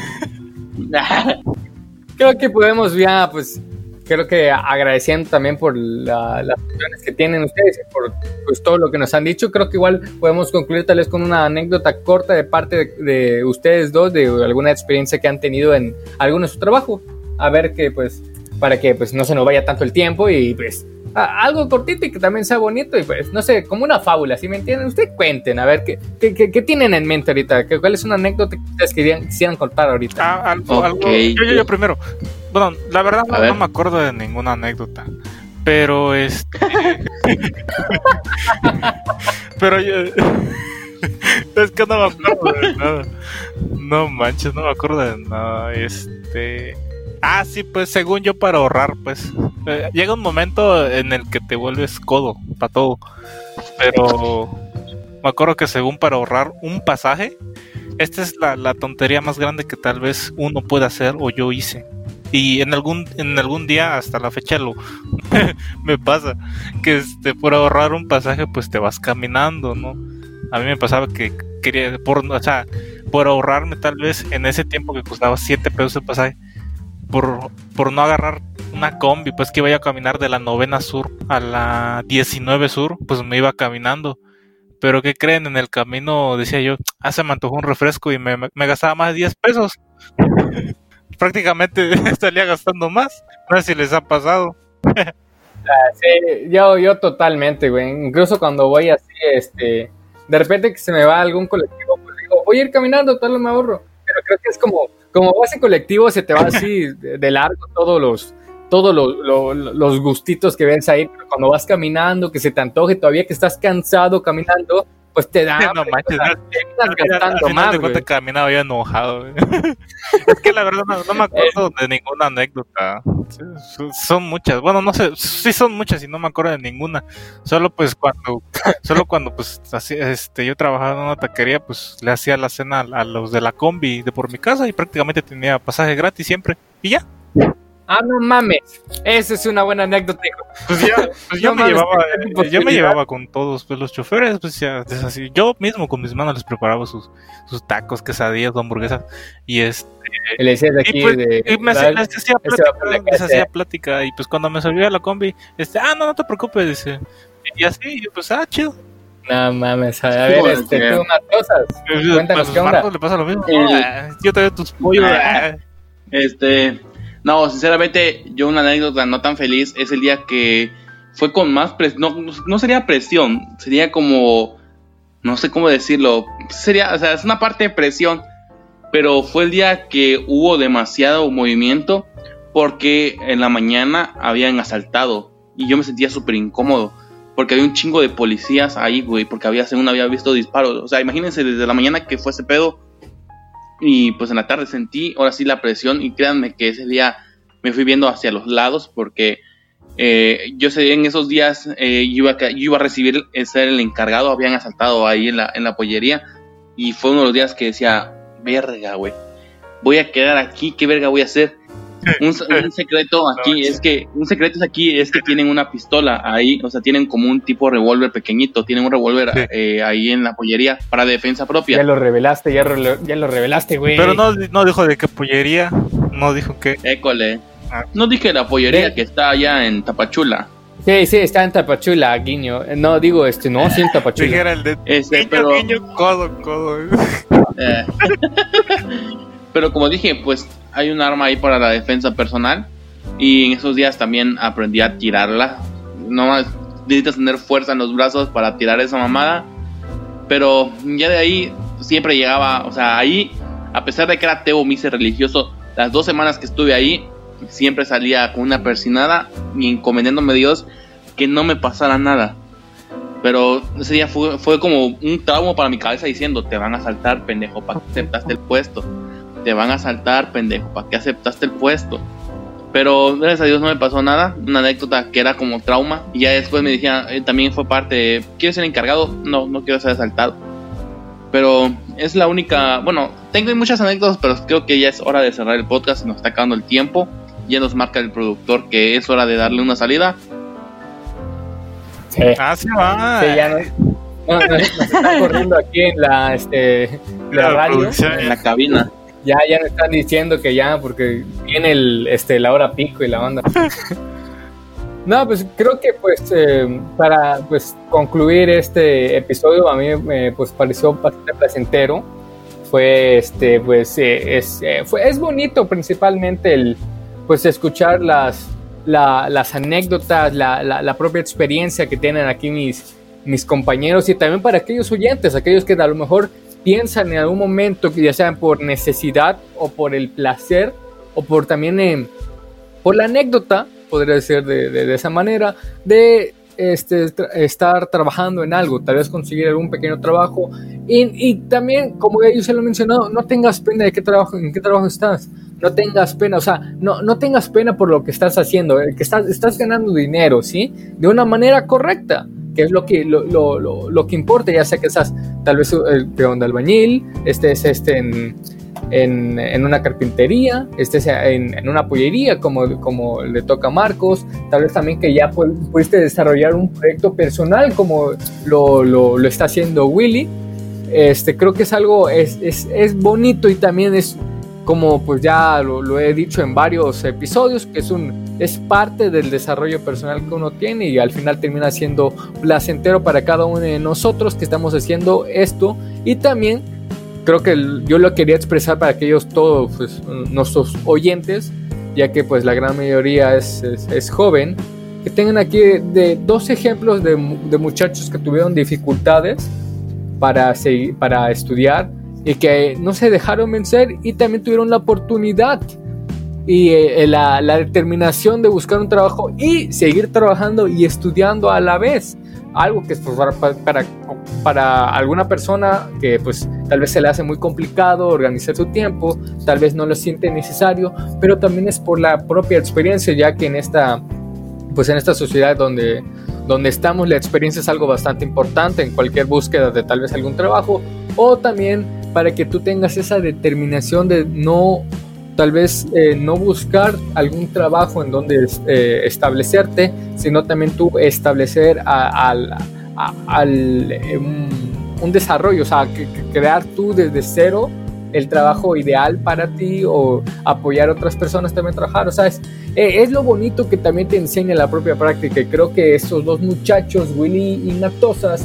Creo que podemos ya, pues, creo que agradeciendo también por la, las opciones que tienen ustedes y por pues, todo lo que nos han dicho. Creo que igual podemos concluir tal vez con una anécdota corta de parte de, de ustedes dos, de alguna experiencia que han tenido en alguno de su trabajo. A ver que, pues, para que pues no se nos vaya tanto el tiempo y pues a, algo cortito y que también sea bonito y pues, no sé, como una fábula, ¿sí me entienden? Ustedes cuenten, a ver, ¿qué, qué, qué, qué tienen en mente ahorita? ¿Cuál es una anécdota que ustedes querían, quisieran contar ahorita? Ah, algo, okay. algo, yo, yo, yo primero. Bueno, la verdad no, no me acuerdo de ninguna anécdota, pero este... pero yo... es que no me acuerdo de nada. No manches, no me acuerdo de nada, este... Ah, sí, pues según yo para ahorrar, pues eh, llega un momento en el que te vuelves codo para todo. Pero me acuerdo que según para ahorrar un pasaje, esta es la, la tontería más grande que tal vez uno pueda hacer o yo hice. Y en algún en algún día hasta la fecha lo me pasa que este por ahorrar un pasaje pues te vas caminando, ¿no? A mí me pasaba que quería por, o sea, por ahorrarme tal vez en ese tiempo que costaba siete pesos el pasaje, por, por no agarrar una combi, pues que iba a caminar de la novena sur a la diecinueve sur, pues me iba caminando. Pero ¿qué creen? En el camino decía yo, ah, se me antojó un refresco y me, me, me gastaba más de diez pesos. Prácticamente estaría gastando más. No sé si les ha pasado. Sí, yo, yo totalmente, güey. Incluso cuando voy así, este, de repente que se me va algún colectivo, pues digo, voy a ir caminando, tal vez me ahorro. Pero creo que es como, como vas en colectivo, se te va así de, de largo todos los, todos los, los, los gustitos que ves ahí. Pero cuando vas caminando, que se te antoje todavía que estás cansado caminando, pues te da, no manches, o sea, te estás gastando al más, final de caminaba yo enojado, güey. Es que la verdad no, no me acuerdo de ninguna anécdota. Son muchas, bueno, no sé, sí son muchas y no me acuerdo de ninguna. Solo pues cuando, solo cuando pues así, este, yo trabajaba en una taquería, pues le hacía la cena a los de la combi de por mi casa y prácticamente tenía pasaje gratis siempre y ya. Ah, no mames, esa es una buena anécdota, hijo. Pues ya, pues yo, no me mames, llevaba, eh, yo me llevaba con todos pues, los choferes, pues ya, es así. Yo mismo con mis manos les preparaba sus, sus tacos, quesadillas, hamburguesas y este. Y le decías de aquí y pues, de. Y me hacía, les hacía plática, les hacía plática y pues cuando me subí a la combi, este, ah, no, no te preocupes, dice. Y así, yo pues, ah, chido. No mames, a ver, sí, este, tú unas cosas. Pues, Cuéntanos pues, qué onda. Marcos le pasa lo mismo. Eh, Ah, yo te doy tus pollos. Ah. Este, no, sinceramente, yo una anécdota no tan feliz es el día que fue con más presión, no, no sería presión, sería como, no sé cómo decirlo, sería, o sea, es una parte de presión, pero fue el día que hubo demasiado movimiento porque en la mañana habían asaltado y yo me sentía súper incómodo porque había un chingo de policías ahí, güey, porque había, según había visto disparos, o sea, imagínense desde la mañana que fue ese pedo. Y pues en la tarde sentí ahora sí la presión y créanme que ese día me fui viendo hacia los lados porque eh, yo sé en esos días eh, yo, iba a, yo iba a recibir el ser el encargado, habían asaltado ahí en la, en la pollería y fue uno de los días que decía, verga, güey, voy a quedar aquí, ¿qué verga voy a hacer? Un, un secreto aquí es que un secreto es aquí es que tienen una pistola ahí, o sea, tienen como un tipo de revólver pequeñito, tienen un revólver sí. eh, ahí en la pollería para defensa propia. Ya lo revelaste, ya, re, ya lo revelaste, güey. Pero no, no dijo de qué pollería, no dijo que. École. Ah. No dije la pollería ¿Sí? que está allá en Tapachula. Sí, sí, está en Tapachula, guiño. No, digo, este, no, sí en Tapachula. Dijera el de este, guiño, pero... guiño, codo, codo. Eh. Pero como dije, pues hay un arma ahí para la defensa personal y en esos días también aprendí a tirarla. No más necesitas tener fuerza en los brazos para tirar esa mamada, pero ya de ahí siempre llegaba, o sea, ahí, a pesar de que era ateo, mise religioso, las dos semanas que estuve ahí, siempre salía con una persinada y encomendándome a Dios que no me pasara nada. Pero ese día fue, fue como un trauma para mi cabeza diciendo, te van a asaltar, pendejo, ¿para qué aceptaste el puesto? Te van a asaltar, pendejo, ¿para qué aceptaste el puesto? Pero gracias a Dios no me pasó nada, una anécdota que era como trauma. Y ya después me dijeron, eh, también fue parte de, ¿quieres ser encargado? No, no quiero ser asaltado. Pero es la única, bueno, tengo muchas anécdotas, pero creo que ya es hora de cerrar el podcast, nos está acabando el tiempo. Ya nos marca el productor que es hora de darle una salida. Sí. Ah, sí va. Sí, ya no, no, no, nos están corriendo aquí en la, este, la, la radio, en la cabina. Ya, ya nos están diciendo que ya, porque viene el, este, la hora pico y la onda. No, pues creo que pues eh, para pues concluir este episodio a mí me pues pareció bastante placentero. Fue este pues eh, es eh, fue es bonito principalmente el pues escuchar las la, las anécdotas, la, la, la propia experiencia que tienen aquí mis mis compañeros y también para aquellos oyentes, aquellos que a lo mejor piensan en algún momento, ya sean por necesidad o por el placer o por también eh, por la anécdota, podría ser de, de, de esa manera, de este, tra- estar trabajando en algo, tal vez conseguir algún pequeño trabajo y, y también, como ellos se lo han mencionado, no tengas pena de qué trabajo, en qué trabajo estás, no tengas pena, o sea, no, no tengas pena por lo que estás haciendo, el que estás, estás ganando dinero, ¿sí? De una manera correcta, que es lo que, lo, lo, lo, lo que importa, ya sea que estás tal vez el peón de albañil, este es este en, en, en una carpintería, este es en, en una pollería como, como le toca a Marcos, tal vez también que ya pudiste desarrollar un proyecto personal como lo, lo, lo está haciendo Willy, este, creo que es algo, es, es, es bonito y también es, como pues ya lo, lo he dicho en varios episodios, que es, un, es parte del desarrollo personal que uno tiene y al final termina siendo placentero para cada uno de nosotros que estamos haciendo esto. Y también creo que yo lo quería expresar para aquellos todos pues, nuestros oyentes, ya que pues la gran mayoría es, es, es joven, que tengan aquí de dos ejemplos de, de muchachos que tuvieron dificultades para, seguir, para estudiar y que no se dejaron vencer y también tuvieron la oportunidad y eh, la, la determinación de buscar un trabajo y seguir trabajando y estudiando a la vez. Algo que pues, para, para, para alguna persona que pues tal vez se le hace muy complicado organizar su tiempo, tal vez no lo siente necesario, pero también es por la propia experiencia, ya que en esta, pues en esta sociedad donde, donde estamos, la experiencia es algo bastante importante en cualquier búsqueda de tal vez algún trabajo, o también para que tú tengas esa determinación de no, tal vez eh, no buscar algún trabajo en donde eh, establecerte, sino también tú establecer a, a, a, al, un, un desarrollo, o sea, que, que crear tú desde cero el trabajo ideal para ti o apoyar a otras personas también a trabajar, o sea, es, es lo bonito que también te enseña la propia práctica y creo que estos dos muchachos, Willy y Matosas,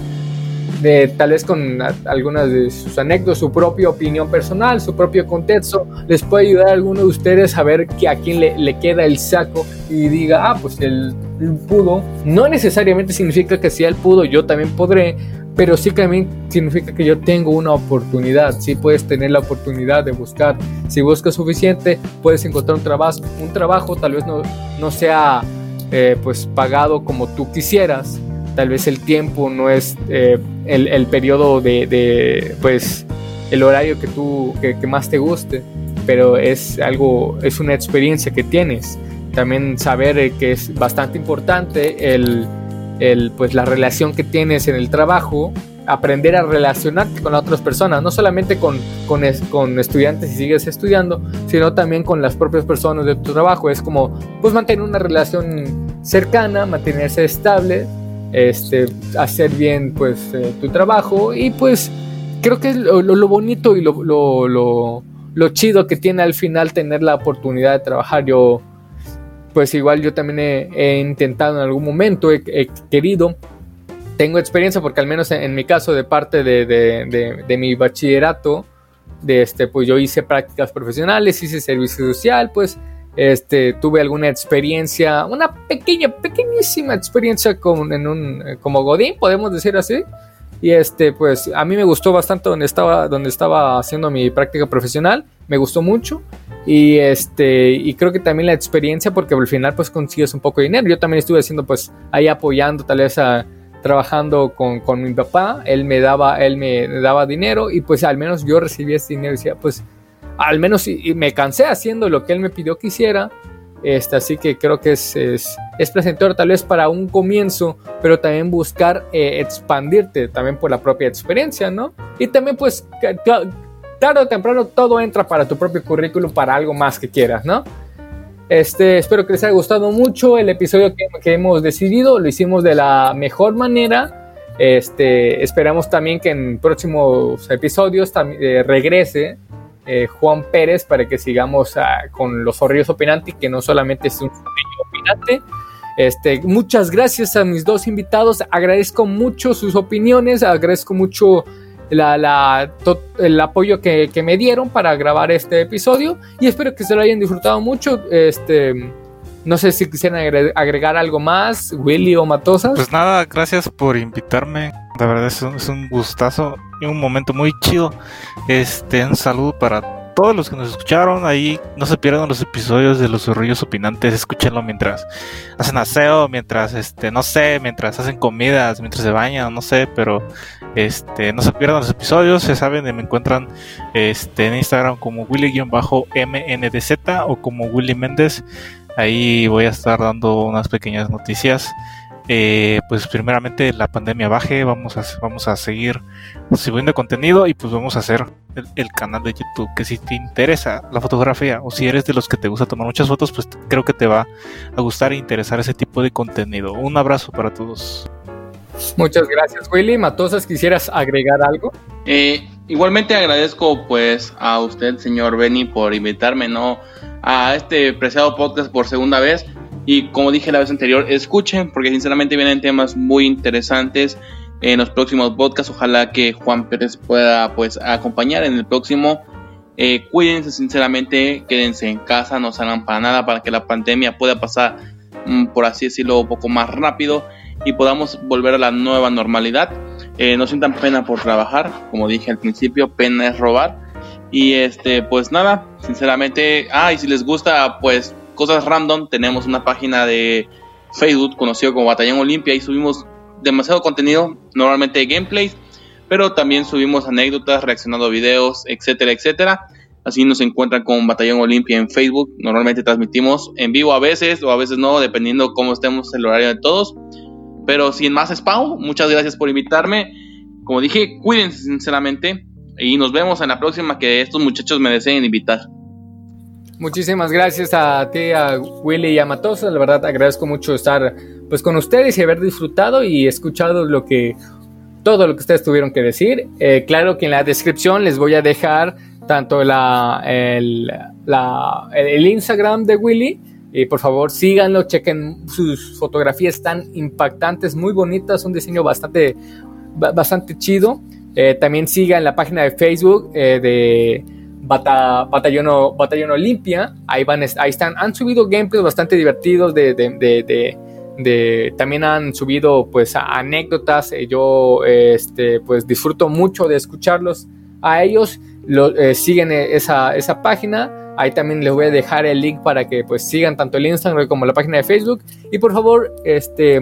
de, tal vez con algunas de sus anécdotas, su propia opinión personal, su propio contexto, les puede ayudar a alguno de ustedes a ver que a quién le, le queda el saco y diga, ah, pues él, él pudo. No necesariamente significa que si él pudo, yo también podré, pero sí que también significa que yo tengo una oportunidad. Sí puedes tener la oportunidad de buscar. Si buscas suficiente, puedes encontrar un trabajo, un trabajo tal vez no, no sea eh, pues pagado como tú quisieras. Tal vez el tiempo no es eh, el, el periodo de, de, pues, el horario que tú, que, que más te guste, pero es algo, es una experiencia que tienes. También saber eh, que es bastante importante el, el, pues, la relación que tienes en el trabajo, aprender a relacionarte con otras personas, no solamente con, con, es, con estudiantes si sigues estudiando, sino también con las propias personas de tu trabajo. Es como, pues, mantener una relación cercana, mantenerse estable, Este, hacer bien pues eh, tu trabajo y pues creo que es lo, lo, lo bonito y lo, lo, lo, lo chido que tiene al final tener la oportunidad de trabajar. Yo pues igual yo también he, he intentado en algún momento, he, he querido, tengo experiencia porque al menos en, en mi caso de parte de, de, de, de mi bachillerato, de este, pues yo hice prácticas profesionales, hice servicio social, pues Este, tuve alguna experiencia, una pequeña, pequeñísima experiencia como, en un, como godín, podemos decir así. Y este, pues a mí me gustó bastante donde estaba, donde estaba haciendo mi práctica profesional, me gustó mucho. Y este, y creo que también la experiencia, porque al final pues consigues un poco de dinero. Yo también estuve haciendo pues ahí apoyando, tal vez a, trabajando con, con mi papá. Él me daba, él me daba dinero y pues al menos yo recibía ese dinero y decía pues al menos y me cansé haciendo lo que él me pidió que hiciera, este, así que creo que es, es, es placentero tal vez para un comienzo, pero también buscar eh, expandirte también por la propia experiencia, ¿no? Y también pues tarde o temprano todo entra para tu propio currículum, para algo más que quieras, ¿no? Este, espero que les haya gustado mucho el episodio que, que hemos decidido, lo hicimos de la mejor manera. Este, esperamos también que en próximos episodios tam- eh, regrese Eh, Juan Pérez para que sigamos uh, con los zorrillos opinantes, que no solamente es un zorrillo opinante. Este, muchas gracias a mis dos invitados, agradezco mucho sus opiniones, agradezco mucho la, la, to, el apoyo que, que me dieron para grabar este episodio y espero que se lo hayan disfrutado mucho. Este, no sé si quisieran agregar algo más, Willy o Matosas. Pues nada, gracias por invitarme, la verdad es un, es un gustazo y un momento muy chido. Este, un saludo para todos los que nos escucharon. Ahí no se pierdan los episodios de los zorrillos opinantes, escúchenlo mientras hacen aseo, mientras este, no sé, mientras hacen comidas, mientras se bañan, no sé, pero este, no se pierdan los episodios. Se saben, me encuentran este, en Instagram como Willy-M N D Z o como Willy Méndez. Ahí voy a estar dando unas pequeñas noticias. Eh, pues primeramente la pandemia baje, vamos a, vamos a seguir subiendo contenido y pues vamos a hacer el, el canal de YouTube, que si te interesa la fotografía o si eres de los que te gusta tomar muchas fotos, pues creo que te va a gustar e interesar ese tipo de contenido. Un abrazo para todos. Muchas gracias, Willy. Matosas, ¿quisieras agregar algo? Eh, igualmente agradezco pues a usted, señor Benny, por invitarme, ¿no?, a este preciado podcast por segunda vez. Y como dije la vez anterior, escuchen, porque sinceramente vienen temas muy interesantes en los próximos podcasts. Ojalá que Juan Pérez pueda pues acompañar en el próximo. Eh, cuídense sinceramente, quédense en casa, no salgan para nada, para que la pandemia pueda pasar, mm, por así decirlo, un poco más rápido y podamos volver a la nueva normalidad. Eh, no sientan pena por trabajar, como dije al principio, pena es robar. Y este, pues nada, sinceramente, ah, y si les gusta pues cosas random, tenemos una página de Facebook conocido como Batallón Olimpia y subimos demasiado contenido, normalmente gameplays, pero también subimos anécdotas, reaccionando a videos, etcétera, etcétera. Así nos encuentran con Batallón Olimpia en Facebook. Normalmente transmitimos en vivo a veces o a veces no, dependiendo cómo estemos el horario de todos. Pero sin más spam, muchas gracias por invitarme. Como dije, cuídense sinceramente y nos vemos en la próxima que estos muchachos me deseen invitar. Muchísimas gracias a ti, a Willy y a Matosa. La verdad agradezco mucho estar pues con ustedes y haber disfrutado y escuchado lo que todo lo que ustedes tuvieron que decir. Eh, claro que en la descripción les voy a dejar tanto la, el, la, el Instagram de Willy. Y por favor síganlo, chequen sus fotografías tan impactantes, muy bonitas, un diseño bastante, bastante chido. Eh, también sigan la página de Facebook eh, de Bata, Batallón, Batallón Olimpia. Ahí van, ahí están, han subido gameplays bastante divertidos de, de, de, de, de también han subido pues anécdotas. Eh, yo este pues disfruto mucho de escucharlos a ellos. Lo, eh, siguen esa, esa página. Ahí también les voy a dejar el link para que pues sigan tanto el Instagram como la página de Facebook. Y por favor, este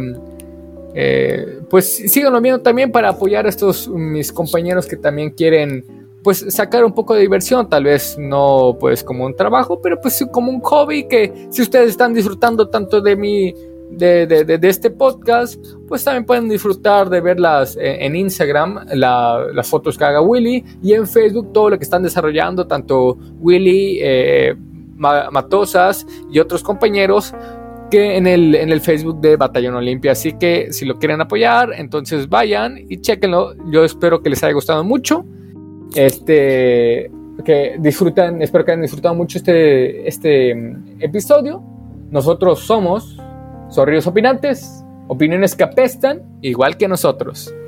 eh, pues síganlo viendo también para apoyar a estos mis compañeros que también quieren pues sacar un poco de diversión, tal vez no pues como un trabajo, pero pues como un hobby, que si ustedes están disfrutando tanto de mi de, de, de, de este podcast, pues también pueden disfrutar de verlas en Instagram, la, las fotos que haga Willy, y en Facebook todo lo que están desarrollando tanto Willy, eh, Matosas y otros compañeros que en el, en el Facebook de Batallón Olimpia. Así que si lo quieren apoyar, entonces vayan y chequenlo. Yo espero que les haya gustado mucho. Este, que disfrutan, espero que hayan disfrutado mucho este, este episodio. Nosotros somos Zorrillos Opinantes, opiniones que apestan igual que nosotros.